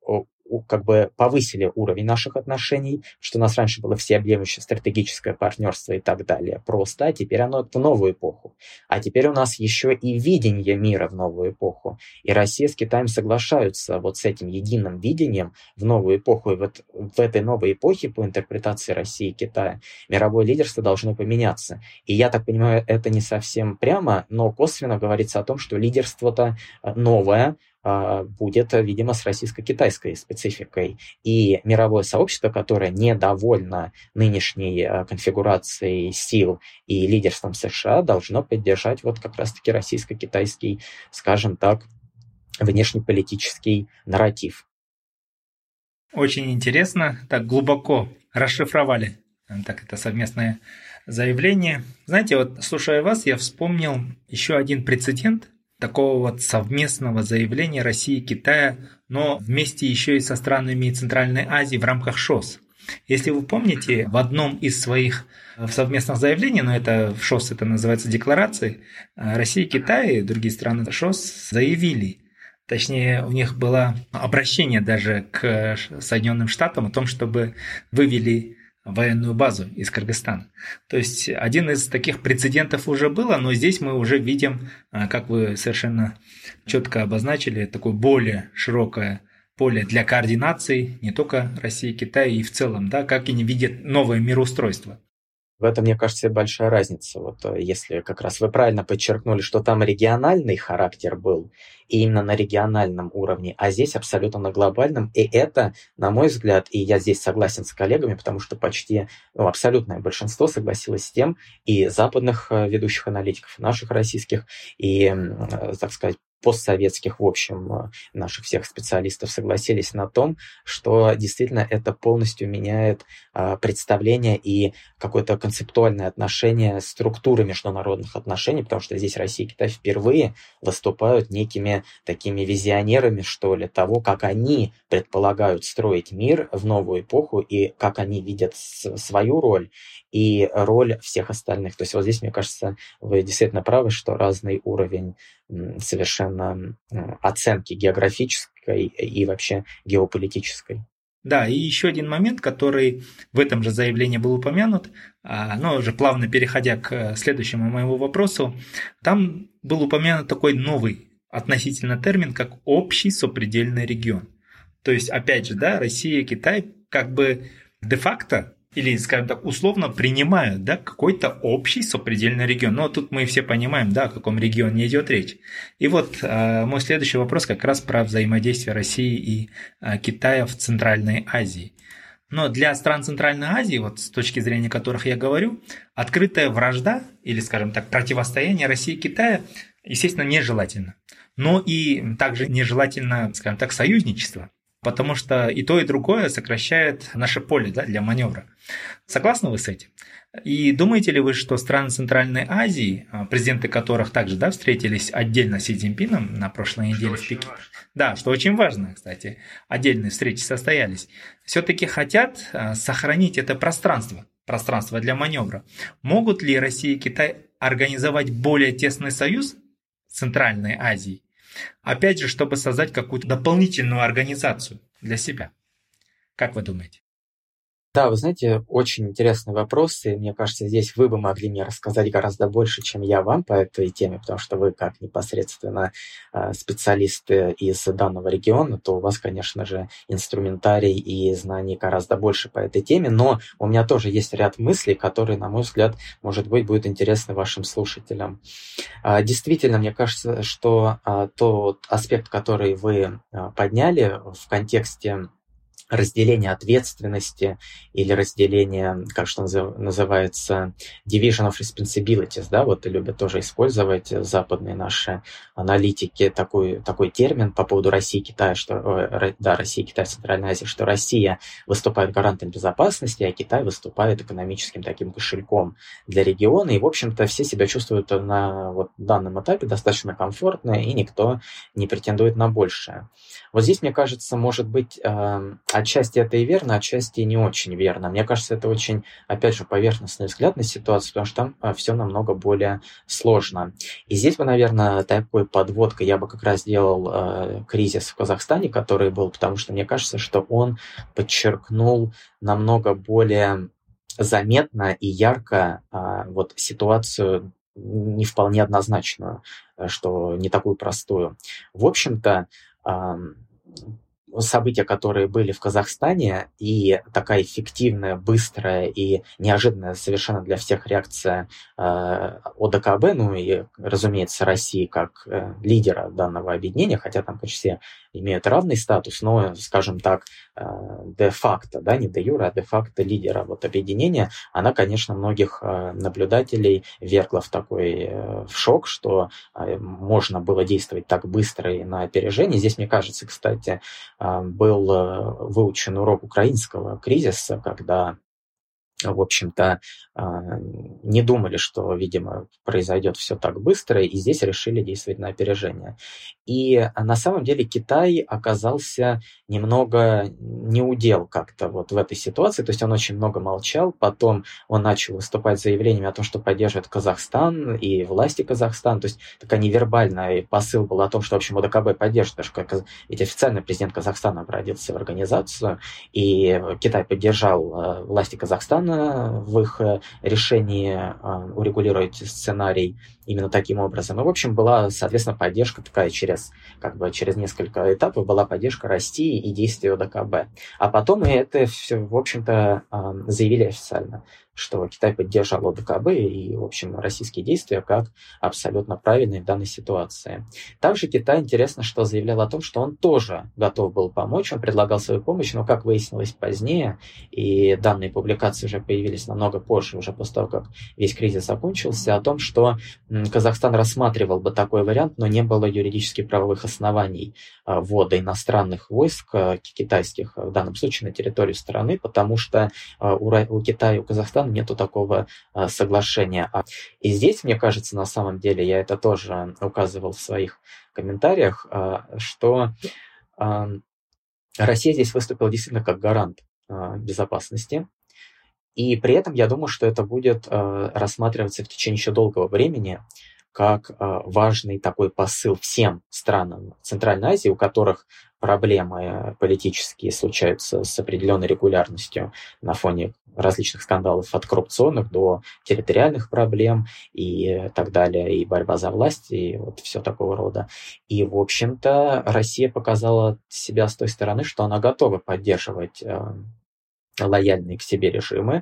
как бы повысили уровень наших отношений, что у нас раньше было всеобъемлющее стратегическое партнерство и так далее. Просто, а теперь оно в новую эпоху. А теперь у нас еще и видение мира в новую эпоху. И Россия с Китаем соглашаются вот с этим единым видением в новую эпоху. И вот в этой новой эпохе, по интерпретации России и Китая, мировое лидерство должно поменяться. И я так понимаю, это не совсем прямо, но косвенно говорится о том, что лидерство-то новое, будет, видимо, с российско-китайской спецификой. И мировое сообщество, которое недовольно нынешней конфигурацией сил и лидерством США, должно поддержать вот как раз-таки российско-китайский, скажем так, внешнеполитический нарратив. Очень интересно, так глубоко расшифровали так это совместное заявление. Знаете, вот слушая вас, я вспомнил еще один прецедент такого вот совместного заявления России и Китая, но вместе еще и со странами Центральной Азии в рамках ШОС. Если вы помните, в одном из своих совместных заявлений, но это в ШОС это называется декларацией, Россия и Китай и другие страны ШОС заявили, точнее у них было обращение даже к Соединенным Штатам о том, чтобы вывели военную базу из Кыргызстана. То есть один из таких прецедентов уже было, но здесь мы уже видим, как вы совершенно четко обозначили, такое более широкое поле для координации не только России и Китая, и в целом, да, как они видят новое мироустройство. В этом, мне кажется, большая разница. Вот если как раз вы правильно подчеркнули, что там региональный характер был, и именно на региональном уровне, а здесь абсолютно на глобальном. И это, на мой взгляд, и я здесь согласен с коллегами, потому что почти ну, абсолютное большинство согласилось с тем, и западных ведущих аналитиков, и наших российских, и, так сказать, постсоветских, в общем, наших всех специалистов согласились на том, что действительно это полностью меняет а, представление и какое-то концептуальное отношение структуры международных отношений, потому что здесь Россия и Китай впервые выступают некими такими визионерами, что ли, того, как они предполагают строить мир в новую эпоху и как они видят свою роль и роль всех остальных. То есть вот здесь, мне кажется, вы действительно правы, что разный уровень совершенно оценки географической и вообще геополитической. Да, и еще один момент, который в этом же заявлении был упомянут, но уже плавно переходя к следующему моему вопросу, там был упомянут такой новый относительно термин, как общий сопредельный регион. То есть, опять же, да, Россия и Китай как бы де-факто или, скажем так, условно принимают, да, какой-то общий сопредельный регион. Но тут мы все понимаем, да, о каком регионе идет речь. И вот э, мой следующий вопрос как раз про взаимодействие России и э, Китая в Центральной Азии. Но для стран Центральной Азии, вот с точки зрения которых я говорю, открытая вражда или, скажем так, противостояние России и Китая, естественно, нежелательно. Но и также нежелательно, скажем так, союзничество. Потому что и то, и другое сокращает наше поле, да, для маневра. Согласны вы с этим? И думаете ли вы, что страны Центральной Азии, президенты которых также, да, встретились отдельно с Си Цзиньпином на прошлой неделе в Пекине, да, что очень важно, кстати, отдельные встречи состоялись, все-таки хотят сохранить это пространство, пространство для маневра? Могут ли Россия и Китай организовать более тесный союз с Центральной Азией? Опять же, чтобы создать какую-то дополнительную организацию для себя. Как вы думаете? Да, вы знаете, очень интересный вопрос, и мне кажется, здесь вы бы могли мне рассказать гораздо больше, чем я вам по этой теме, потому что вы, как непосредственно специалисты из данного региона, то у вас, конечно же, инструментарий и знаний гораздо больше по этой теме, но у меня тоже есть ряд мыслей, которые, на мой взгляд, может быть, будут интересны вашим слушателям. Действительно, мне кажется, что тот аспект, который вы подняли в контексте разделение ответственности или разделение, как что называется, division of responsibilities, да, вот любят тоже использовать западные наши аналитики такой, такой термин по поводу России и Китая, что, да, Россия и Китай в Центральной Азии, что Россия выступает гарантом безопасности, а Китай выступает экономическим таким кошельком для региона, и, в общем-то, все себя чувствуют на вот данном этапе достаточно комфортно, и никто не претендует на большее. Вот здесь, мне кажется, может быть, отчасти это и верно, отчасти и не очень верно. Мне кажется, это очень, опять же, поверхностный взгляд на ситуацию, потому что там все намного более сложно. И здесь бы, наверное, такой подводкой я бы как раз сделал э, кризис в Казахстане, который был, потому что мне кажется, что он подчеркнул намного более заметно и ярко э, вот ситуацию не вполне однозначную, что не такую простую. В общем-то, э, события, которые были в Казахстане, и такая эффективная, быстрая и неожиданная совершенно для всех реакция э, о дэ ка бэ, ну и, разумеется, России как э, лидера данного объединения, хотя там почти все имеют равный статус, но, скажем так, э, де-факто, да, не де-юре, а де-факто лидера вот объединения, она, конечно, многих э, наблюдателей ввергла в такой э, в шок, что э, можно было действовать так быстро и на опережение. Здесь, мне кажется, кстати, был выучен урок украинского кризиса, когда в общем-то, не думали, что, видимо, произойдет все так быстро, и здесь решили действовать на опережение. И на самом деле Китай оказался немного неудел как-то вот в этой ситуации, то есть он очень много молчал, потом он начал выступать с заявлениями о том, что поддерживает Казахстан и власти Казахстана, то есть такой невербальный посыл был о том, что, в общем, ОДКБ поддерживает, потому что ведь официально президент Казахстана обратился в организацию, и Китай поддержал власти Казахстана в их решении урегулировать сценарий именно таким образом. И, в общем, была, соответственно, поддержка такая через, как бы, через несколько этапов была поддержка России и действий ОДКБ. А потом и это все, в общем-то, заявили официально, что Китай поддержал ОДКБ и, в общем, российские действия как абсолютно правильные в данной ситуации. Также Китай, интересно, что заявлял о том, что он тоже готов был помочь, он предлагал свою помощь, но, как выяснилось позднее, и данные публикации уже появились намного позже, уже после того, как весь кризис закончился, о том, что Казахстан рассматривал бы такой вариант, но не было юридически правовых оснований ввода иностранных войск китайских, в данном случае на территорию страны, потому что у Китая и у Казахстана нету такого а, соглашения. И здесь, мне кажется, на самом деле, я это тоже указывал в своих комментариях, а, что а, Россия здесь выступила действительно как гарант а, безопасности. И при этом я думаю, что это будет а, рассматриваться в течение еще долгого времени как а, важный такой посыл всем странам Центральной Азии, у которых проблемы политические случаются с определенной регулярностью на фоне различных скандалов от коррупционных до территориальных проблем и так далее, и борьба за власть, и вот все такого рода. И, в общем-то, Россия показала себя с той стороны, что она готова поддерживать э, лояльные к себе режимы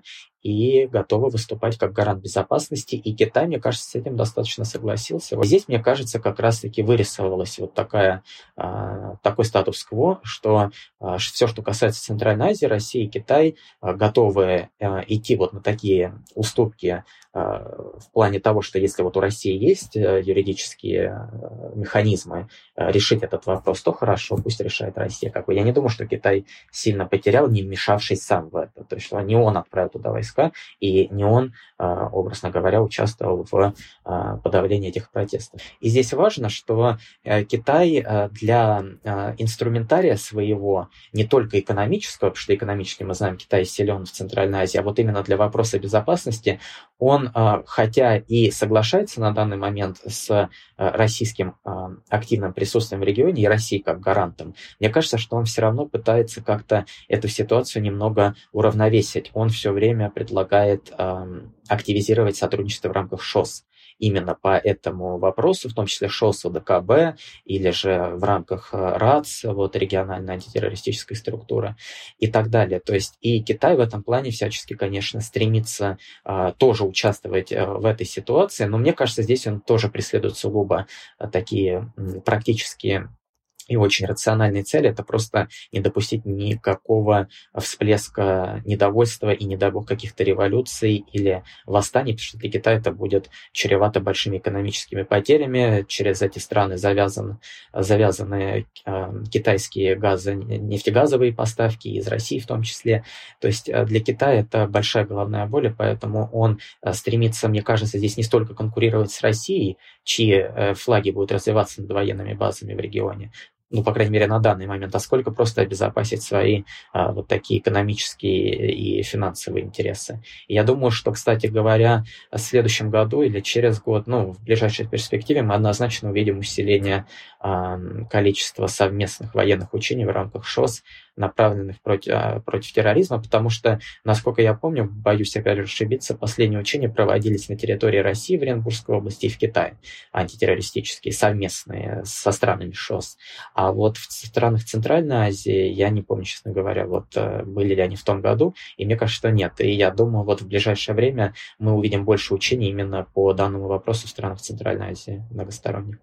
и готова выступать как гарант безопасности. И Китай, мне кажется, с этим достаточно согласился. Вот здесь, мне кажется, как раз-таки вырисовывалась вот такая, э, такой статус-кво, что э, все, что касается Центральной Азии, Россия и Китай э, готовы э, идти вот на такие уступки э, в плане того, что если вот у России есть э, юридические э, механизмы э, решить этот вопрос, то хорошо, пусть решает Россия. Как бы я не думаю, что Китай сильно потерял, не вмешавшись сам в это. То есть, что не он отправил туда войска, и не он, образно говоря, участвовал в подавлении этих протестов. И здесь важно, что Китай для инструментария своего, не только экономического, потому что экономически, мы знаем, Китай силен в Центральной Азии, а вот именно для вопроса безопасности, он, хотя и соглашается на данный момент с российским активным присутствием в регионе и Россией как гарантом, мне кажется, что он все равно пытается как-то эту ситуацию немного уравновесить. Он все время предлагает активизировать сотрудничество в рамках ШОС. Именно по этому вопросу, в том числе ШОС ОДКБ или же в рамках РАЦ, вот, региональной антитеррористической структуры и так далее. То есть и Китай в этом плане всячески, конечно, стремится а, тоже участвовать а, в этой ситуации, но мне кажется, здесь он тоже преследует сугубо а, такие м, практические и очень рациональные цели — это просто не допустить никакого всплеска недовольства и, не дай бог, каких-то революций или восстаний, потому что для Китая это будет чревато большими экономическими потерями. Через эти страны завязан, завязаны э, китайские газы, нефтегазовые поставки из России в том числе. То есть для Китая это большая головная боль, поэтому он стремится, мне кажется, здесь не столько конкурировать с Россией, чьи флаги будут развиваться над военными базами в регионе, ну, по крайней мере, на данный момент, а сколько просто обезопасить свои а, вот такие экономические и финансовые интересы. И я думаю, что, кстати говоря, в следующем году или через год, ну, в ближайшей перспективе мы однозначно увидим усиление а, количества совместных военных учений в рамках ШОС, направленных против, против терроризма, потому что, насколько я помню, боюсь опять же ошибиться, последние учения проводились на территории России, в Оренбургской области и в Китае, антитеррористические, совместные со странами ШОС. А вот в странах Центральной Азии, я не помню, честно говоря, вот были ли они в том году, и мне кажется, что нет. И я думаю, вот в ближайшее время мы увидим больше учений именно по данному вопросу в странах Центральной Азии, многосторонних.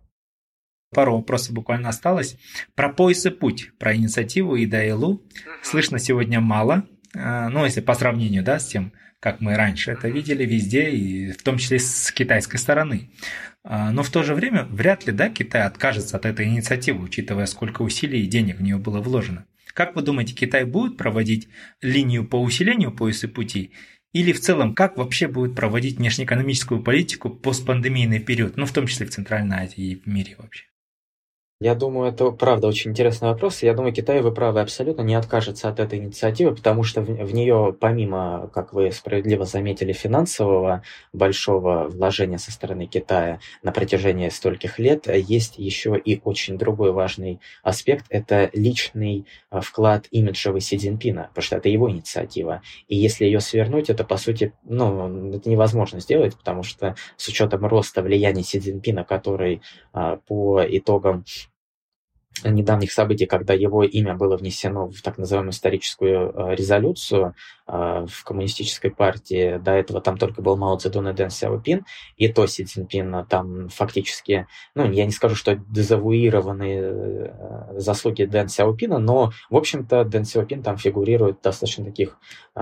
Пару вопросов буквально осталось. Про пояс и путь, про инициативу ИДА-ЭЛУ слышно сегодня мало, ну, если по сравнению, да, с тем, как мы раньше это видели везде, и в том числе с китайской стороны. Но в то же время вряд ли, да, Китай откажется от этой инициативы, учитывая, сколько усилий и денег в нее было вложено. Как вы думаете, Китай будет проводить линию по усилению пояса пути Или в целом, как вообще будет проводить внешнеэкономическую политику постпандемийный период, ну в том числе в Центральной Азии и в мире вообще? Я думаю, это правда очень интересный вопрос. Я думаю, Китай, вы правы, абсолютно не откажется от этой инициативы, потому что в, в нее, помимо, как вы справедливо заметили, финансового большого вложения со стороны Китая на протяжении стольких лет, есть еще и очень другой важный аспект. Это личный вклад имиджевый Си Цзиньпина, потому что это его инициатива. И если ее свернуть, это, по сути, ну, это невозможно сделать, потому что с учетом роста влияния Си Цзиньпина, который по итогам недавних событий, когда его имя было внесено в так называемую историческую резолюцию в коммунистической партии, до этого там только был Мао Цзэдун и Дэн Сяопин, и то Си Цзиньпин там фактически, ну, я не скажу, что дезавуированы заслуги Дэн Сяопина, но, в общем-то, Дэн Сяопин там фигурирует в достаточно таких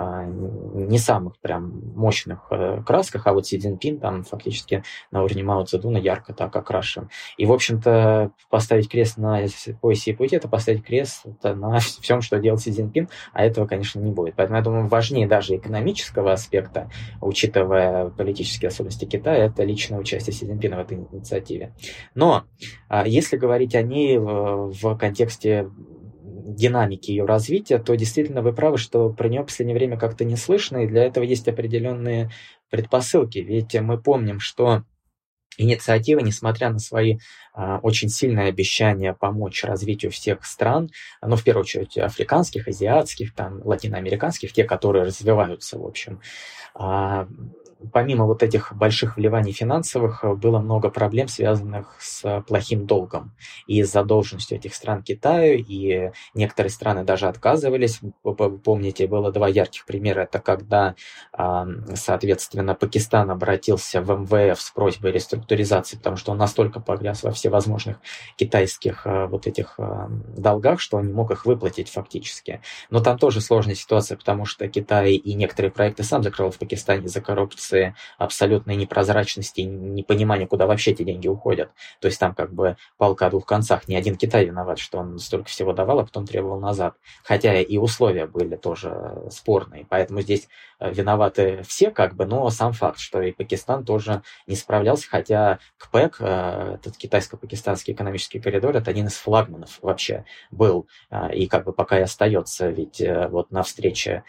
не самых прям мощных красках, а вот Си Цзиньпин там фактически на уровне Мао Цзэдуна ярко так окрашен. И, в общем-то, поставить крест на поясе и пути, это поставить крест на всем, что делал Си Цзиньпин, а этого, конечно, не будет. Поэтому, я думаю, важнее даже экономического аспекта, учитывая политические особенности Китая, это личное участие Си Цзиньпина в этой инициативе. Но если говорить о ней в контексте динамики ее развития, то действительно вы правы, что про нее в последнее время как-то не слышно, и для этого есть определенные предпосылки. Ведь мы помним, что инициатива, несмотря на свои а, очень сильные обещания помочь развитию всех стран, ну, в первую очередь, африканских, азиатских, там, латиноамериканских, те, которые развиваются, в общем, а, помимо вот этих больших вливаний финансовых, было много проблем, связанных с плохим долгом и с задолженностью этих стран Китаю, и некоторые страны даже отказывались. Помните, было два ярких примера. Это когда, соответственно, Пакистан обратился в эм вэ эф с просьбой реструктуризации, потому что он настолько погряз во всевозможных китайских вот этих долгах, что он не мог их выплатить фактически. Но там тоже сложная ситуация, потому что Китай и некоторые проекты сам закрыл в Пакистане из-за коррупции, абсолютной непрозрачности, непонимания, куда вообще эти деньги уходят. То есть там как бы палка о двух концах. Ни один Китай виноват, что он столько всего давал, а потом требовал назад. Хотя и условия были тоже спорные. Поэтому здесь виноваты все, как бы, но сам факт, что и Пакистан тоже не справлялся, хотя КПЭК, этот китайско-пакистанский экономический коридор, это один из флагманов вообще был, и как бы пока и остается. Ведь вот на встрече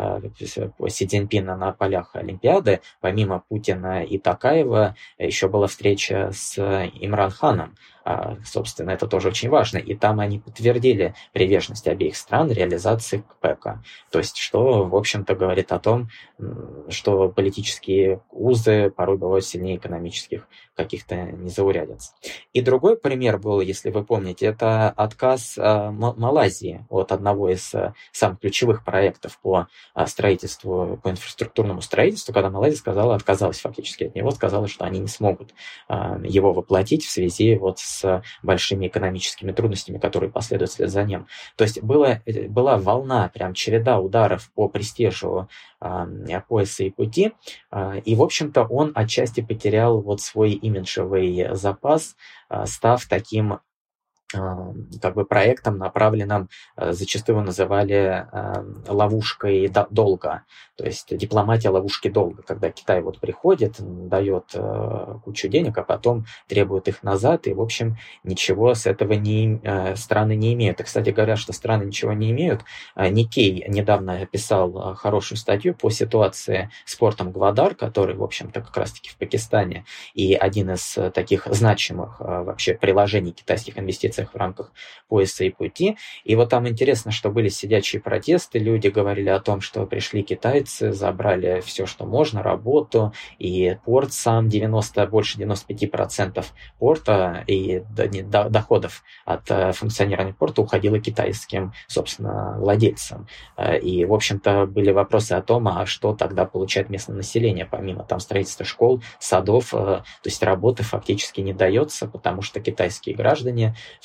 Си Цзиньпина на полях Олимпиады, помимо Путина и Токаева, еще была встреча с Имран Ханом. Собственно, это тоже очень важно. И там они подтвердили приверженность обеих стран реализации КПЭКа. То есть, что, в общем-то, говорит о том, что политические узы порой бывают сильнее экономических каких-то незаурядиц. И другой пример был, если вы помните, это отказ Малайзии от одного из самых ключевых проектов по строительству, по инфраструктурному строительству, когда Малайзия сказала, отказалась фактически от него, сказала, что они не смогут его воплотить в связи вот с большими экономическими трудностями, которые последуют вслед за ним. То есть было, была волна, прям череда ударов по престижу пояса и пути, и, в общем-то, он отчасти потерял вот свой имиджевый запас, став таким как бы проектом, направленным, зачастую его называли ловушкой долга, то есть дипломатия ловушки долга, когда Китай вот приходит, дает кучу денег, а потом требует их назад, и, в общем, ничего с этого не, страны не имеют. И, кстати говоря, что страны ничего не имеют, Никей недавно писал хорошую статью по ситуации с портом Гвадар, который, в общем-то, как раз-таки в Пакистане, и один из таких значимых вообще приложений китайских инвестиций в рамках пояса и пути. И вот там интересно, что были сидячие протесты, люди говорили о том, что пришли китайцы, забрали все, что можно, работу, и порт сам девяносто, больше девяносто пять процентов порта и доходов от функционирования порта уходило китайским, собственно, владельцам. И, в общем-то, были вопросы о том, а что тогда получает местное население, помимо там строительства школ, садов, то есть работы фактически не дается, потому что китайские граждане, в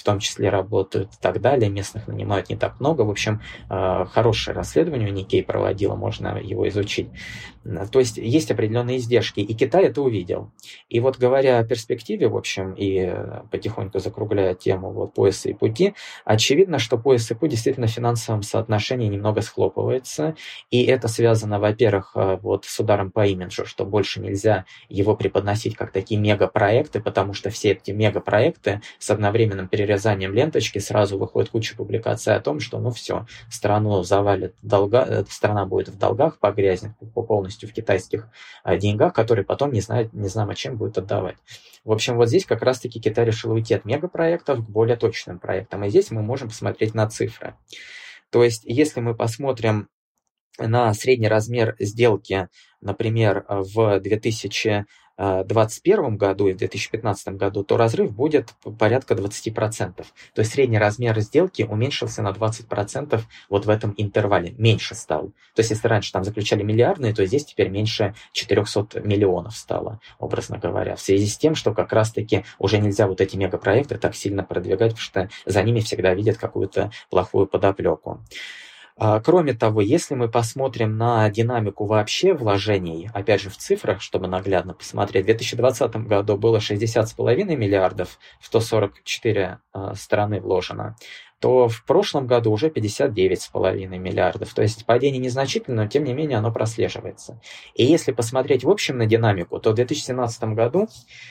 том числе работают и так далее, местных нанимают не так много. В общем, хорошее расследование Никей проводила, можно его изучить. То есть есть определенные издержки, и Китай это увидел. И вот говоря о перспективе, в общем, и потихоньку закругляя тему вот пояса и пути, очевидно, что пояс и путь действительно в финансовом соотношении немного схлопывается, и это связано, во-первых, вот с ударом по имиджу, что больше нельзя его преподносить как такие мегапроекты, потому что все эти мегапроекты с одновременным перерезанием ленточки сразу выходит куча публикаций о том, что ну все, страну завалит долга, страна будет в долгах, погрязнет по полностью в китайских деньгах, которые потом не знают, не знаем, чем будет отдавать. В общем, вот здесь как раз-таки Китай решил уйти от мегапроектов к более точным проектам, и здесь мы можем посмотреть на цифры. То есть, если мы посмотрим на средний размер сделки, например, в две тысячи двадцать первом году и в две тысячи пятнадцатом году, то разрыв будет порядка двадцать процентов. То есть средний размер сделки уменьшился на двадцать процентов вот в этом интервале, меньше стал. То есть если раньше там заключали миллиардные, то здесь теперь меньше четыреста миллионов стало, образно говоря, в связи с тем, что как раз-таки уже нельзя вот эти мегапроекты так сильно продвигать, потому что за ними всегда видят какую-то плохую подоплеку. Кроме того, если мы посмотрим на динамику вообще вложений, опять же в цифрах, чтобы наглядно посмотреть, в две тысячи двадцатом году было шестьдесят целых пять десятых миллиардов, в сто сорок четыре страны вложено, то в прошлом году уже пятьдесят девять целых пять десятых миллиардов. То есть падение незначительное, но тем не менее оно прослеживается. И если посмотреть в общем на динамику, то в две тысячи семнадцатом году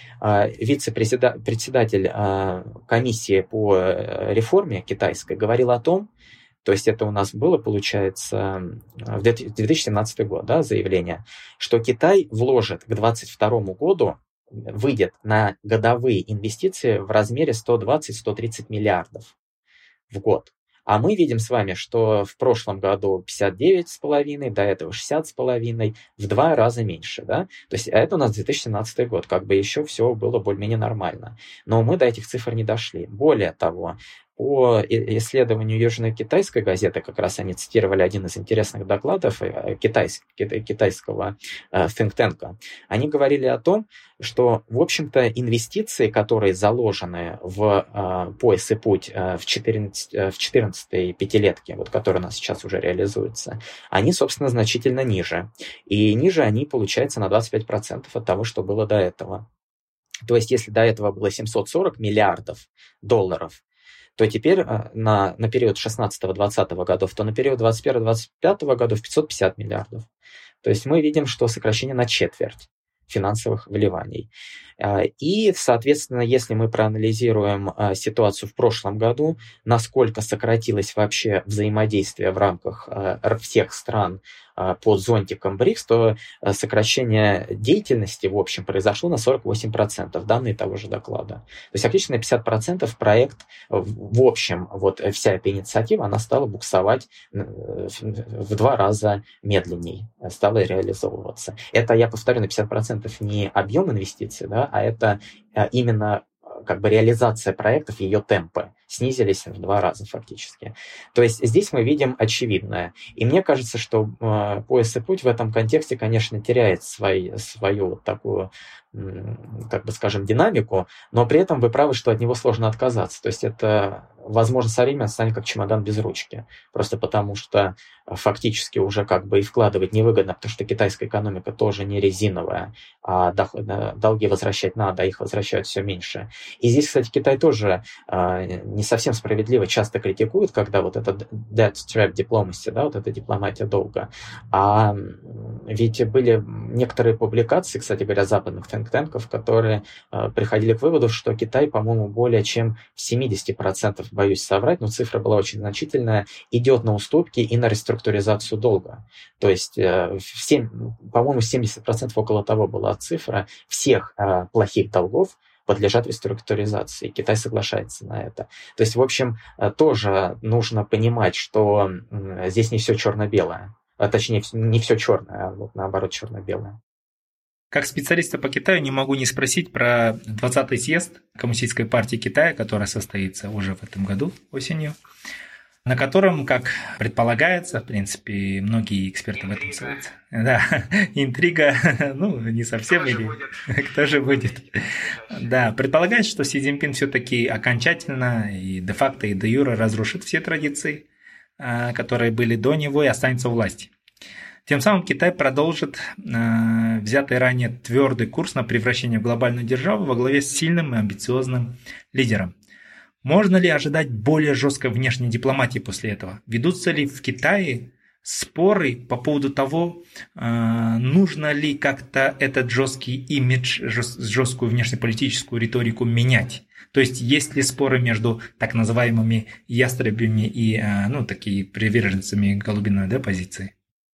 вице-председатель комиссии по реформе китайской говорил о том, то есть это у нас было, получается, в две тысячи семнадцатый год, да, заявление, что Китай вложит к две тысячи двадцать второму году, выйдет на годовые инвестиции в размере сто двадцать - сто тридцать миллиардов в год. А мы видим с вами, что в прошлом году пятьдесят девять целых пять десятых, до этого шестьдесят целых пять десятых, в два раза меньше, да? То есть это у нас две тысячи семнадцатый год, как бы еще все было более-менее нормально. Но мы до этих цифр не дошли. Более того, по исследованию южно-китайской газеты, как раз они цитировали один из интересных докладов китайс, китайского think tank, они говорили о том, что, в общем-то, инвестиции, которые заложены в пояс и путь в четырнадцатой пятилетке, вот, которые у нас сейчас уже реализуются, они, собственно, значительно ниже. И ниже они, получается, на двадцать пять процентов от того, что было до этого. То есть, если до этого было семьсот сорок миллиардов долларов, то теперь на, на период шестнадцатого-двадцатого годов, то на период двадцать первого-двадцать пятого годов пятьсот пятьдесят миллиардов. То есть мы видим, что сокращение на четверть финансовых вливаний. И, соответственно, если мы проанализируем ситуацию в прошлом году, насколько сократилось вообще взаимодействие в рамках всех стран под зонтиком БРИКС, то сокращение деятельности, в общем, произошло на сорок восемь процентов, данные того же доклада. То есть фактически на пятьдесят процентов проект, в общем, вот вся эта инициатива, она стала буксовать в два раза медленнее, стала реализовываться. Это, я повторю, на пятьдесят процентов не объем инвестиций, да, а это именно как бы реализация проектов, ее темпы снизились в два раза фактически. То есть здесь мы видим очевидное. И мне кажется, что э, пояс и путь в этом контексте, конечно, теряет свои, свою вот такую, как бы скажем, динамику, но при этом вы правы, что от него сложно отказаться. То есть это, возможно, со временем станет как чемодан без ручки. Просто потому что фактически уже как бы и вкладывать невыгодно, потому что китайская экономика тоже не резиновая, а долги возвращать надо, а их возвращают все меньше. И здесь, кстати, Китай тоже э, не совсем справедливо часто критикует, когда вот это debt trap diplomacy, да, вот эта дипломатия долга. А ведь были некоторые публикации, кстати говоря, западных think-танков, которые э, приходили к выводу, что Китай, по-моему, более чем в семьдесят процентов, боюсь соврать, но цифра была очень значительная, идет на уступки и на реструктуризацию долга. То есть, э, в, по-моему, семьдесят процентов около того была цифра всех э, плохих долгов подлежат реструктуризации. Китай соглашается на это. То есть, в общем, тоже нужно понимать, что здесь не все черно-белое. А точнее, не все черное, а вот наоборот черно-белое. Как специалиста по Китаю не могу не спросить про двадцатый съезд Коммунистической партии Китая, который состоится уже в этом году осенью. на котором, как предполагается, в принципе, многие эксперты в этом ссылаются. Да, интрига, ну, не совсем, Кто или же будет? кто же будет. Да, предполагается, что Си Цзиньпин все-таки окончательно и де-факто, и де-юре разрушит все традиции, которые были до него, и останется у власти. Тем самым Китай продолжит э, взятый ранее твердый курс на превращение в глобальную державу во главе с сильным и амбициозным лидером. Можно ли ожидать более жесткой внешней дипломатии после этого? Ведутся ли в Китае споры по поводу того, э, нужно ли как-то этот жесткий имидж, жесткую внешнеполитическую риторику менять? То есть, есть ли споры между так называемыми ястребами и э, ну, такие приверженцами голубиной, да, позиции?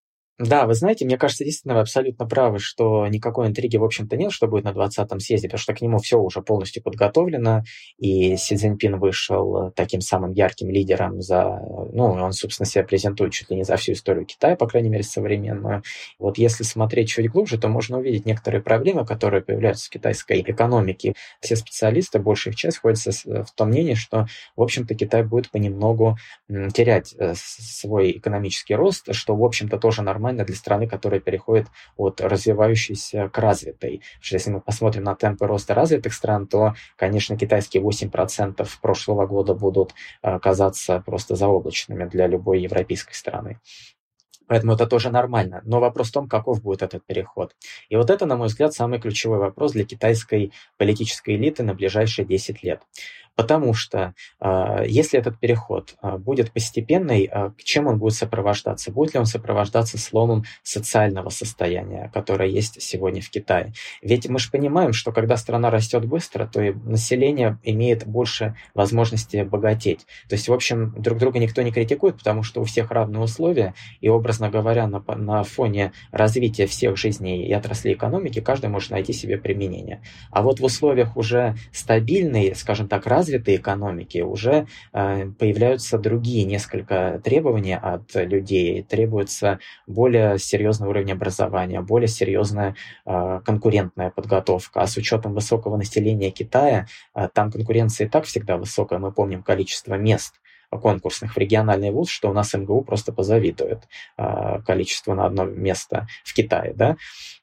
Да, вы знаете, мне кажется, действительно, вы абсолютно правы, что никакой интриги, в общем-то, нет, что будет на двадцатом съезде, потому что к нему все уже полностью подготовлено, и Си Цзиньпин вышел таким самым ярким лидером за, ну, он, собственно, себя презентует чуть ли не за всю историю Китая, по крайней мере, современную. Вот если смотреть чуть глубже, то можно увидеть некоторые проблемы, которые появляются в китайской экономике. Все специалисты, большая их часть, сходятся в том мнении, что, в общем-то, Китай будет понемногу терять свой экономический рост, что, в общем-то, тоже нормально для страны, которая переходит от развивающейся к развитой. Потому что если мы посмотрим на темпы роста развитых стран, то, конечно, китайские восемь процентов прошлого года будут казаться просто заоблачными для любой европейской страны. Поэтому это тоже нормально. Но вопрос в том, каков будет этот переход. И вот это, на мой взгляд, самый ключевой вопрос для китайской политической элиты на ближайшие десять лет. Потому что э, если этот переход э, будет постепенный, э, к чем он будет сопровождаться? Будет ли он сопровождаться сломом социального состояния, которое есть сегодня в Китае? Ведь мы же понимаем, что когда страна растет быстро, то и население имеет больше возможности богатеть. То есть, в общем, друг друга никто не критикует, потому что у всех равные условия, и, образно говоря, на, на фоне развития всех жизней и отраслей экономики каждый может найти себе применение. А вот в условиях уже стабильной, скажем так, развитой экономики уже э, появляются другие несколько требований от людей. Требуется более серьезный уровень образования, более серьезная э, конкурентная подготовка. А с учетом высокого населения Китая, э, там конкуренция и так всегда высокая. Мы помним количество мест конкурсных в региональный вуз, что у нас эм гэ у просто позавидует э, количество на одно место в Китае, да.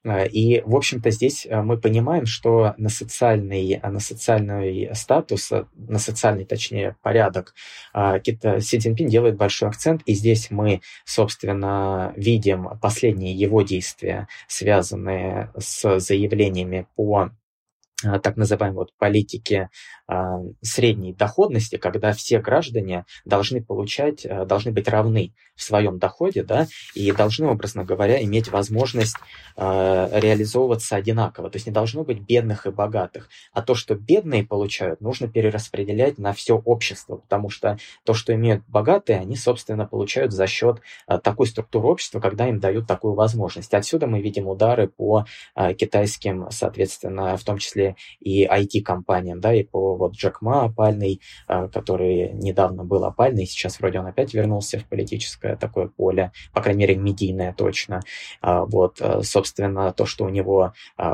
И, в общем-то, здесь мы понимаем, что на социальный, на социальный статус, на социальный, точнее, порядок э, Си Цзиньпин делает большой акцент, и здесь мы, собственно, видим последние его действия, связанные с заявлениями по так называемой вот политики э, средней доходности, когда все граждане должны получать, э, должны быть равны в своем доходе, да, и должны, образно говоря, иметь возможность э, реализовываться одинаково. То есть не должно быть бедных и богатых. А то, что бедные получают, нужно перераспределять на все общество, потому что то, что имеют богатые, они, собственно, получают за счет э, такой структуры общества, когда им дают такую возможность. Отсюда мы видим удары по э, китайским, соответственно, в том числе и ай ти-компаниям, да, и по вот Джек Ма опальный, который недавно был опальный, сейчас вроде он опять вернулся в политическое такое поле, по крайней мере, медийное точно. Вот, собственно, то, что у него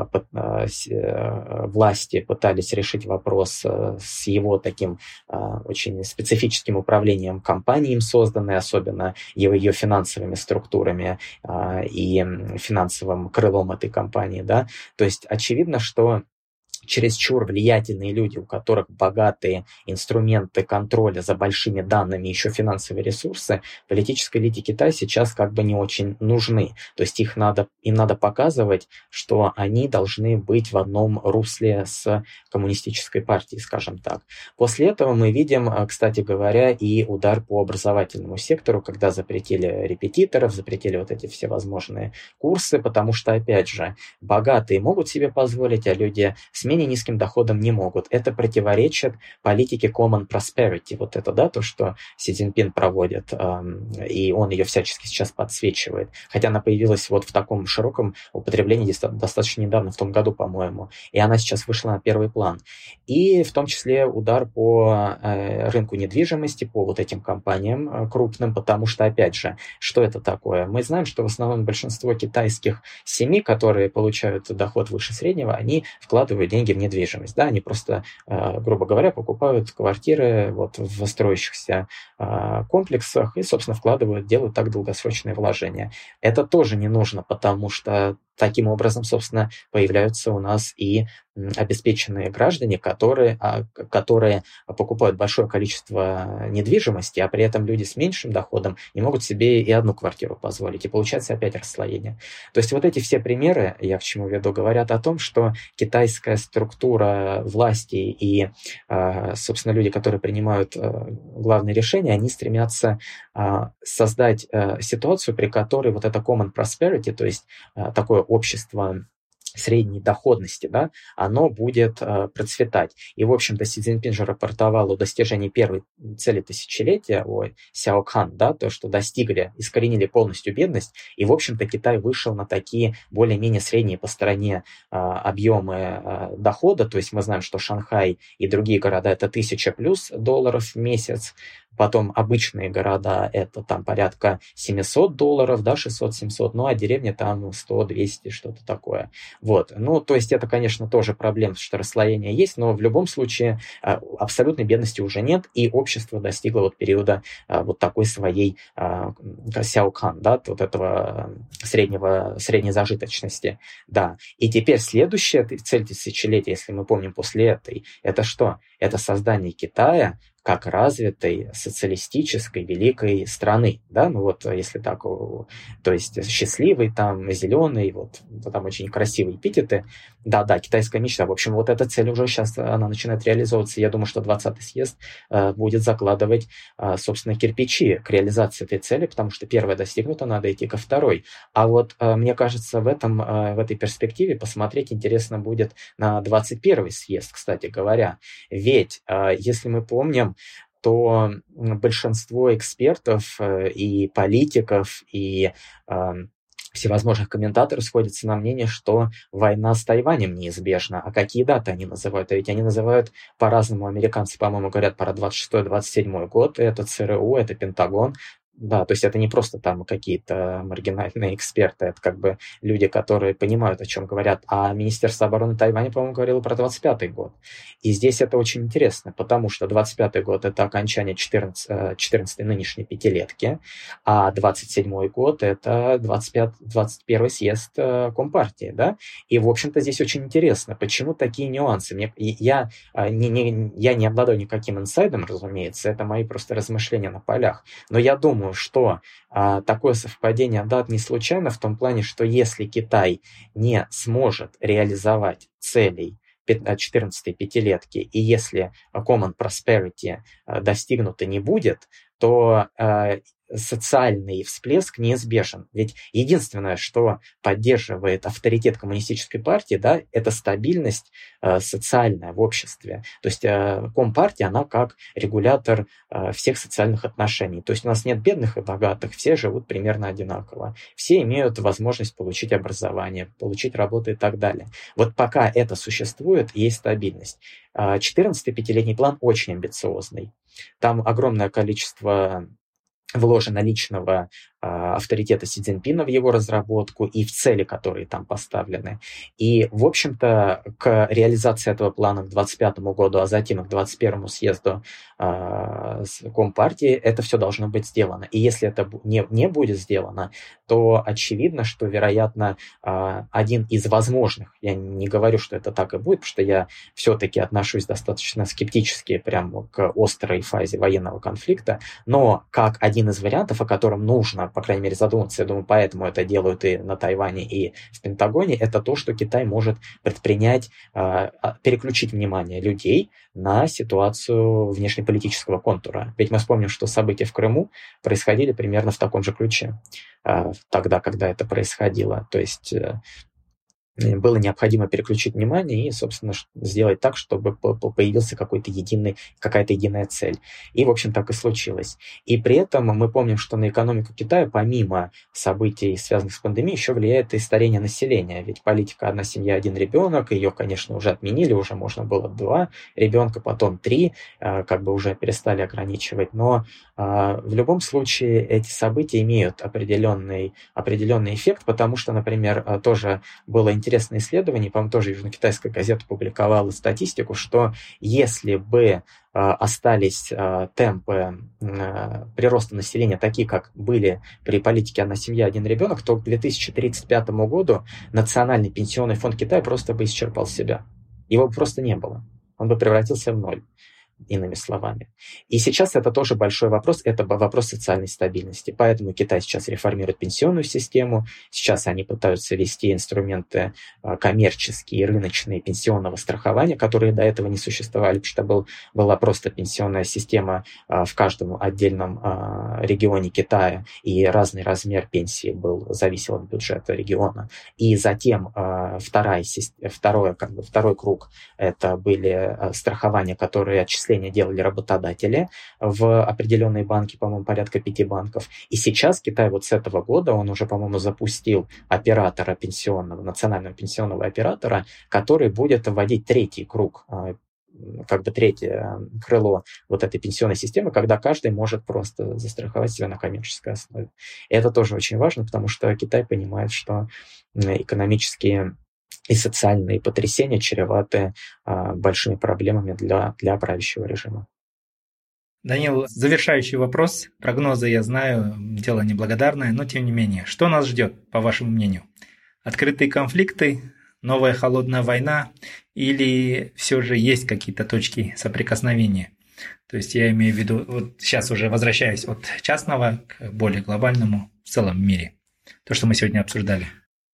власти пытались решить вопрос с его таким очень специфическим управлением компанией, созданной, особенно его, ее финансовыми структурами и финансовым крылом этой компании, да, то есть очевидно, что чересчур влиятельные люди, у которых богатые инструменты контроля за большими данными, еще финансовые ресурсы, политической элите Китая сейчас как бы не очень нужны. То есть их надо, им надо показывать, что они должны быть в одном русле с коммунистической партией, скажем так. После этого мы видим, кстати говоря, и удар по образовательному сектору, когда запретили репетиторов, запретили вот эти все возможные курсы, потому что, опять же, богатые могут себе позволить, а люди с менее низким доходом не могут. Это противоречит политике common prosperity. Вот это, да, то, что Си Цзиньпин проводит, эм, и он ее всячески сейчас подсвечивает. Хотя она появилась вот в таком широком употреблении достаточно недавно, в том году, по-моему. И она сейчас вышла на первый план. И в том числе удар по э, рынку недвижимости, по вот этим компаниям э, крупным, потому что, опять же, что это такое? Мы знаем, что в основном большинство китайских семей, которые получают доход выше среднего, они вкладывают деньги деньги в недвижимость. Да? Они просто, грубо говоря, покупают квартиры вот в строящихся комплексах и, собственно, вкладывают, делают так долгосрочные вложения. Это тоже не нужно, потому что таким образом, собственно, появляются у нас и обеспеченные граждане, которые, которые покупают большое количество недвижимости, а при этом люди с меньшим доходом не могут себе и одну квартиру позволить. И получается опять расслоение. То есть вот эти все примеры, я к чему веду, говорят о том, что китайская структура власти и, собственно, люди, которые принимают главные решения, они стремятся создать ситуацию, при которой вот это common prosperity, то есть такое общество средней доходности, да, оно будет э, процветать. И, в общем-то, Си Цзиньпин же рапортовал о достижении первой цели тысячелетия, о Сяокан, да, то, что достигли, искоренили полностью бедность, и, в общем-то, Китай вышел на такие более-менее средние по стране э, объемы э, дохода, то есть мы знаем, что Шанхай и другие города – это тысяча плюс долларов в месяц, потом обычные города – это там порядка семьсот долларов, да, шестьсот-семьсот, ну а деревни там сто-двести, что-то такое. Вот. Ну, то есть это, конечно, тоже проблема, что расслоение есть, но в любом случае абсолютной бедности уже нет, и общество достигло вот периода вот такой своей сяокан, да, вот этого среднего, средней зажиточности. Да. И теперь следующая цель тысячелетия, если мы помним после этой, это что? Это создание Китая как развитой социалистической великой страны, да, ну вот если так, то есть счастливый, там, зеленый, вот, там очень красивые эпитеты, да-да, китайская мечта, в общем, вот эта цель уже сейчас, она начинает реализовываться, я думаю, что двадцатый съезд э, будет закладывать, э, собственно, кирпичи к реализации этой цели, потому что первая достигнута, надо идти ко второй, а вот э, мне кажется, в этом, э, в этой перспективе посмотреть интересно будет на двадцать первый съезд, кстати говоря, ведь, э, если мы помним, то большинство экспертов и политиков, и э, всевозможных комментаторов сходятся на мнении, что война с Тайванем неизбежна. А какие даты они называют? А ведь они называют по-разному. Американцы, по-моему, говорят про двадцать шестой - двадцать седьмой год. Это ЦРУ, это Пентагон. Да, то есть это не просто там какие-то маргинальные эксперты, это как бы люди, которые понимают, о чем говорят. А Министерство обороны Тайваня, по-моему, говорило про двадцать пятый год. И здесь это очень интересно, потому что двадцать пятый год – это окончание четырнадцатой нынешней пятилетки, а двадцать седьмой год – это двадцать пятый, двадцать первый съезд Компартии, да? И, в общем-то, здесь очень интересно, почему такие нюансы. Мне, я, не, не, я не обладаю никаким инсайдом, разумеется, это мои просто размышления на полях, но я думаю, что а, такое совпадение дат не случайно в том плане, что если Китай не сможет реализовать целей четырнадцатой пятилетки, и если Common Prosperity а, достигнуто не будет, то а, социальный всплеск неизбежен. Ведь единственное, что поддерживает авторитет коммунистической партии, да, это стабильность э, социальная в обществе. То есть э, Компартия, она как регулятор э, всех социальных отношений. То есть у нас нет бедных и богатых, все живут примерно одинаково. Все имеют возможность получить образование, получить работу и так далее. Вот пока это существует, есть стабильность. четырнадцатый пятилетний план очень амбициозный. Там огромное количество вложено личного э, авторитета Си Цзиньпина в его разработку и в цели, которые там поставлены. И, в общем-то, к реализации этого плана к двадцать пятому году, а затем к двадцать первому съезду э, Компартии, это все должно быть сделано. И если это не, не будет сделано, то очевидно, что, вероятно, э, один из возможных, я не говорю, что это так и будет, потому что я все-таки отношусь достаточно скептически прямо к острой фазе военного конфликта, но как один из вариантов, о котором нужно, по крайней мере, задуматься, я думаю, поэтому это делают и на Тайване, и в Пентагоне, это то, что Китай может предпринять, переключить внимание людей на ситуацию внешнеполитического контура. Ведь мы вспомним, что события в Крыму происходили примерно в таком же ключе, тогда, когда это происходило. То есть было необходимо переключить внимание и, собственно, сделать так, чтобы появился какой-то единый, какая-то единая цель. И, в общем, так и случилось. И при этом мы помним, что на экономику Китая, помимо событий, связанных с пандемией, еще влияет и старение населения. Ведь политика «одна семья, один ребенок», ее, конечно, уже отменили, уже можно было два ребенка, потом три, как бы уже перестали ограничивать. Но в любом случае эти события имеют определенный, определенный эффект, потому что, например, тоже было интересно, интересное исследование, по-моему, тоже южно-китайская газета публиковала статистику, что если бы остались темпы прироста населения такие, как были при политике «одна семья, один ребенок», то к две тысячи тридцать пятому году национальный пенсионный фонд Китая просто бы исчерпал себя. Его бы просто не было. Он бы превратился в ноль, иными словами. И сейчас это тоже большой вопрос, это вопрос социальной стабильности. Поэтому Китай сейчас реформирует пенсионную систему, сейчас они пытаются ввести инструменты коммерческие и рыночные пенсионного страхования, которые до этого не существовали, потому что был, была просто пенсионная система в каждом отдельном регионе Китая, и разный размер пенсии был, зависел от бюджета региона. И затем вторая, второе, как бы, второй круг, это были страхования, которые отчисляли делали работодатели в определенные банки, по-моему, порядка пяти банков. И сейчас Китай вот с этого года, он уже, по-моему, запустил оператора пенсионного, национального пенсионного оператора, который будет вводить третий круг, как бы третье крыло вот этой пенсионной системы, когда каждый может просто застраховать себя на коммерческой основе. И это тоже очень важно, потому что Китай понимает, что экономические и социальные потрясения чреваты а, большими проблемами для, для правящего режима. Данил, завершающий вопрос. Прогнозы, я знаю, дело неблагодарное, но тем не менее. Что нас ждет, по вашему мнению? Открытые конфликты, новая холодная война или все же есть какие-то точки соприкосновения? То есть я имею в виду, вот сейчас уже возвращаясь от частного к более глобальному в целом мире. То, что мы сегодня обсуждали.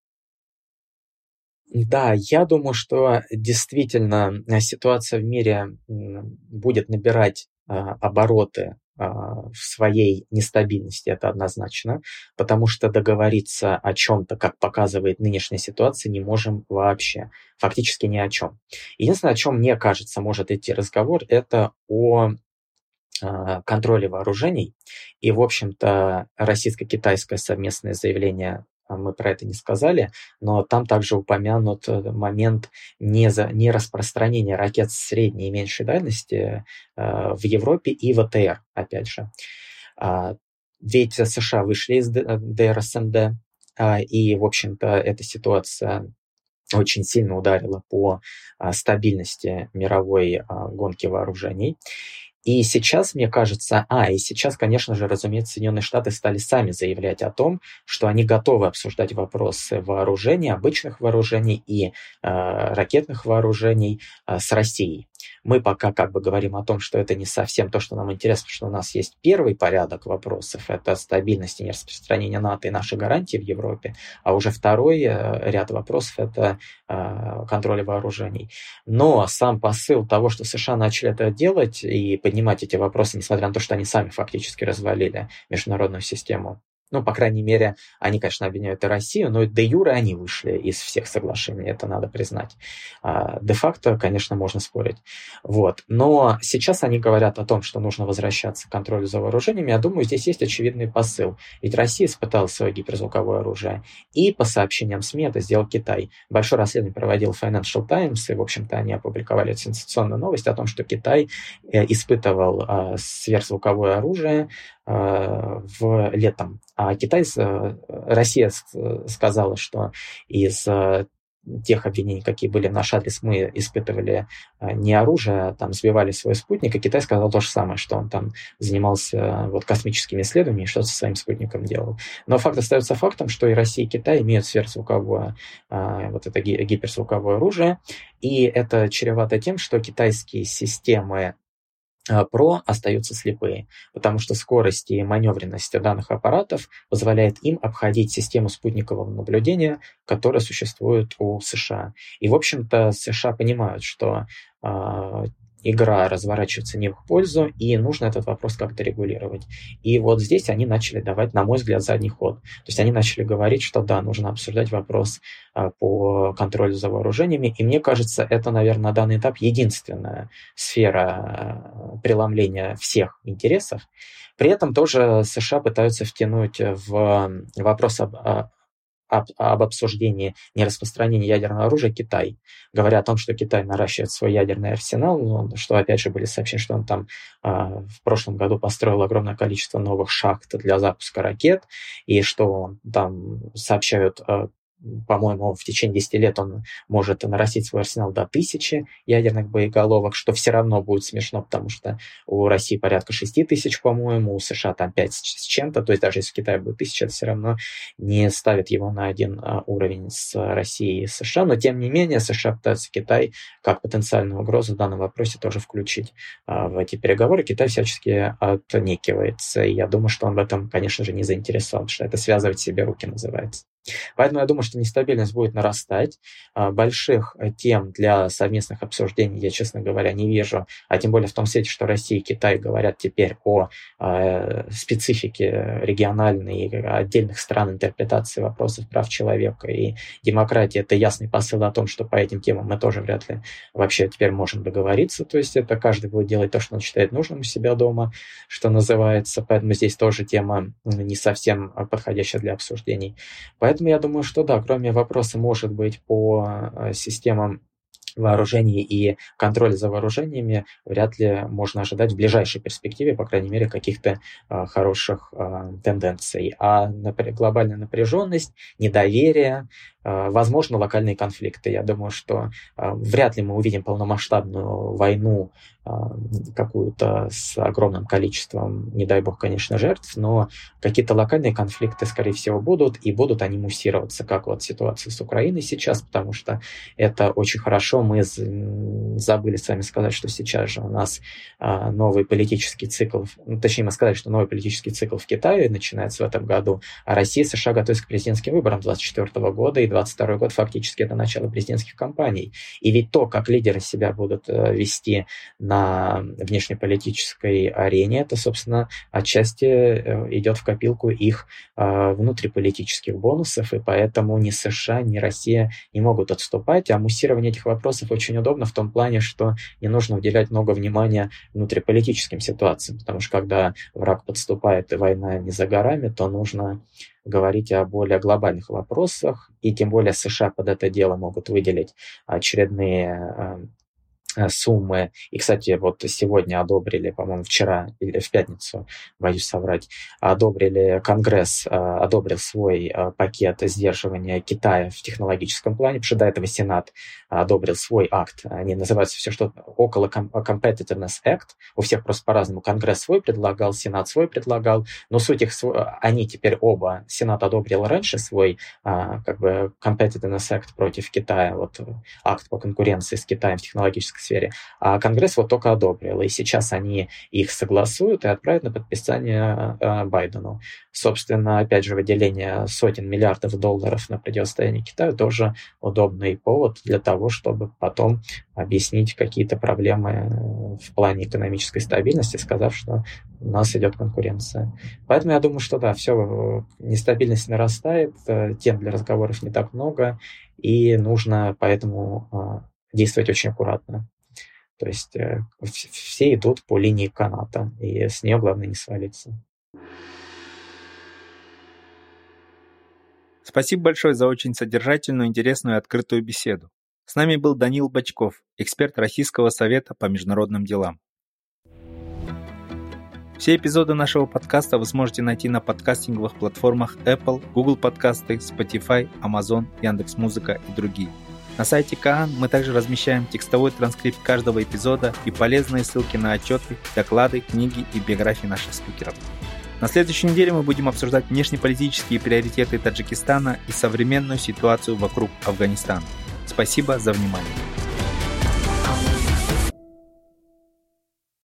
Да, я думаю, что действительно ситуация в мире будет набирать а, обороты а, в своей нестабильности, это однозначно, потому что договориться о чем-то, как показывает нынешняя ситуация, не можем вообще, фактически ни о чем. Единственное, о чем, мне кажется, может идти разговор, это о а, контроле вооружений, и, в общем-то, российско-китайское совместное заявление, мы про это не сказали, но там также упомянут момент нераспространения ракет средней и меньшей дальности э, в Европе и ВТР, опять же. А, ведь США вышли из ди эр эс эм дэ, а, и, в общем-то, эта ситуация очень сильно ударила по а, стабильности мировой а, гонки вооружений. И сейчас, мне кажется, а, и сейчас, конечно же, разумеется, Соединенные Штаты стали сами заявлять о том, что они готовы обсуждать вопросы вооружений, обычных вооружений и э, ракетных вооружений э, с Россией. Мы пока как бы говорим о том, что это не совсем то, что нам интересно, потому что у нас есть первый порядок вопросов, это стабильность и нераспространение НАТО и наши гарантии в Европе, а уже второй э, ряд вопросов – это э, контроль вооружений. Но сам посыл того, что США начали это делать и поднимать эти вопросы, несмотря на то, что они сами фактически развалили международную систему. Ну, по крайней мере, они, конечно, обвиняют и Россию, но де юре они вышли из всех соглашений, это надо признать. Де-факто, конечно, можно спорить. Вот. Но сейчас они говорят о том, что нужно возвращаться к контролю за вооружениями. Я думаю, здесь есть очевидный посыл. Ведь Россия испытала свое гиперзвуковое оружие. И по сообщениям СМИ это сделал Китай. Большое расследование проводил Financial Times, и, в общем-то, они опубликовали сенсационную новость о том, что Китай испытывал сверхзвуковое оружие в летом. А Китай, Россия сказала, что из тех обвинений, какие были в наш адрес, мы испытывали не оружие, а там сбивали свой спутник, и Китай сказал то же самое, что он там занимался вот космическими исследованиями и что-то со своим спутником делал. Но факт остается фактом, что и Россия, и Китай имеют сверхзвуковое, вот это гиперзвуковое оружие, и это чревато тем, что китайские системы ПРО остаются слепые, потому что скорость и маневренность данных аппаратов позволяет им обходить систему спутникового наблюдения, которая существует у США. И, в общем-то, США понимают, что э, игра разворачивается не в их пользу, и нужно этот вопрос как-то регулировать. И вот здесь они начали давать, на мой взгляд, задний ход. То есть они начали говорить, что да, нужно обсуждать вопрос а, по контролю за вооружениями, и мне кажется, это, наверное, на данный этап единственная сфера а, преломления всех интересов. При этом тоже США пытаются втянуть в вопрос об Об, об обсуждении нераспространения ядерного оружия Китай, говоря о том, что Китай наращивает свой ядерный арсенал, ну, что опять же были сообщения, что он там э, в прошлом году построил огромное количество новых шахт для запуска ракет, и что там сообщают э, по-моему, в течение десяти лет он может нарастить свой арсенал до тысячи ядерных боеголовок, что все равно будет смешно, потому что у России порядка шести тысяч, по-моему, у США там пять с чем-то, то есть даже если в Китае будет тысяча, это все равно не ставит его на один уровень с Россией и США, но тем не менее США пытаются Китай как потенциальную угрозу в данном вопросе тоже включить в эти переговоры. Китай всячески отнекивается, и я думаю, что он в этом, конечно же, не заинтересован, что это связывать себе руки называется. Поэтому я думаю, что нестабильность будет нарастать. Больших тем для совместных обсуждений я, честно говоря, не вижу. А тем более в том свете, что Россия и Китай говорят теперь о специфике региональной и отдельных стран интерпретации вопросов прав человека и демократии. Это ясный посыл о том, что по этим темам мы тоже вряд ли вообще теперь можем договориться. То есть это каждый будет делать то, что он считает нужным у себя дома, что называется. Поэтому здесь тоже тема не совсем подходящая для обсуждений. Поэтому я думаю, что да, кроме вопроса, может быть, по системам вооружений и контроля за вооружениями, вряд ли можно ожидать в ближайшей перспективе, по крайней мере, каких-то э, хороших э, тенденций. А напр- глобальная напряженность, недоверие, э, возможно, локальные конфликты. Я думаю, что э, вряд ли мы увидим полномасштабную войну э, какую-то с огромным количеством, не дай бог, конечно, жертв, но какие-то локальные конфликты, скорее всего, будут, и будут они муссироваться, как вот ситуация с Украиной сейчас, потому что это очень хорошо. Мы забыли с вами сказать, что сейчас же у нас а, новый политический цикл, ну, точнее, мы сказали, что новый политический цикл в Китае начинается в этом году, а Россия и США готовятся к президентским выборам двадцать четвёртого года, и двадцать второй год фактически это начало президентских кампаний. И ведь то, как лидеры себя будут вести на внешнеполитической арене, это, собственно, отчасти идет в копилку их а, внутриполитических бонусов, и поэтому ни США, ни Россия не могут отступать, а муссирование этих вопросов очень удобно в том плане, что не нужно уделять много внимания внутриполитическим ситуациям, потому что когда враг подступает и война не за горами, то нужно говорить о более глобальных вопросах, и тем более США под это дело могут выделить очередные суммы. И, кстати, вот сегодня одобрили, по-моему, вчера или в пятницу, боюсь соврать, одобрили, Конгресс одобрил свой пакет сдерживания Китая в технологическом плане, потому что до этого Сенат одобрил свой акт. Они называются все что-то около Competitiveness Act. У всех просто по-разному. Конгресс свой предлагал, Сенат свой предлагал, но суть их, они теперь оба, Сенат одобрил раньше свой как бы Competitiveness Act против Китая, вот акт по конкуренции с Китаем в технологической сфере, а Конгресс вот только одобрил, и сейчас они их согласуют и отправят на подписание э, Байдену. Собственно, опять же, выделение сотен миллиардов долларов на противостояние Китаю тоже удобный повод для того, чтобы потом объяснить какие-то проблемы в плане экономической стабильности, сказав, что у нас идет конкуренция. Поэтому я думаю, что да, все, нестабильность нарастает, тем для разговоров не так много, и нужно поэтому действовать очень аккуратно. То есть э, все идут по линии каната, и с нее главное не свалиться. Спасибо большое за очень содержательную, интересную и открытую беседу. С нами был Даниил Бочков, эксперт Российского совета по международным делам. Все эпизоды нашего подкаста вы сможете найти на подкастинговых платформах Apple, Google подкасты, Spotify, Amazon, Яндекс.Музыка и другие. На сайте Каан мы также размещаем текстовой транскрипт каждого эпизода и полезные ссылки на отчеты, доклады, книги и биографии наших спикеров. На следующей неделе мы будем обсуждать внешнеполитические приоритеты Таджикистана и современную ситуацию вокруг Афганистана. Спасибо за внимание.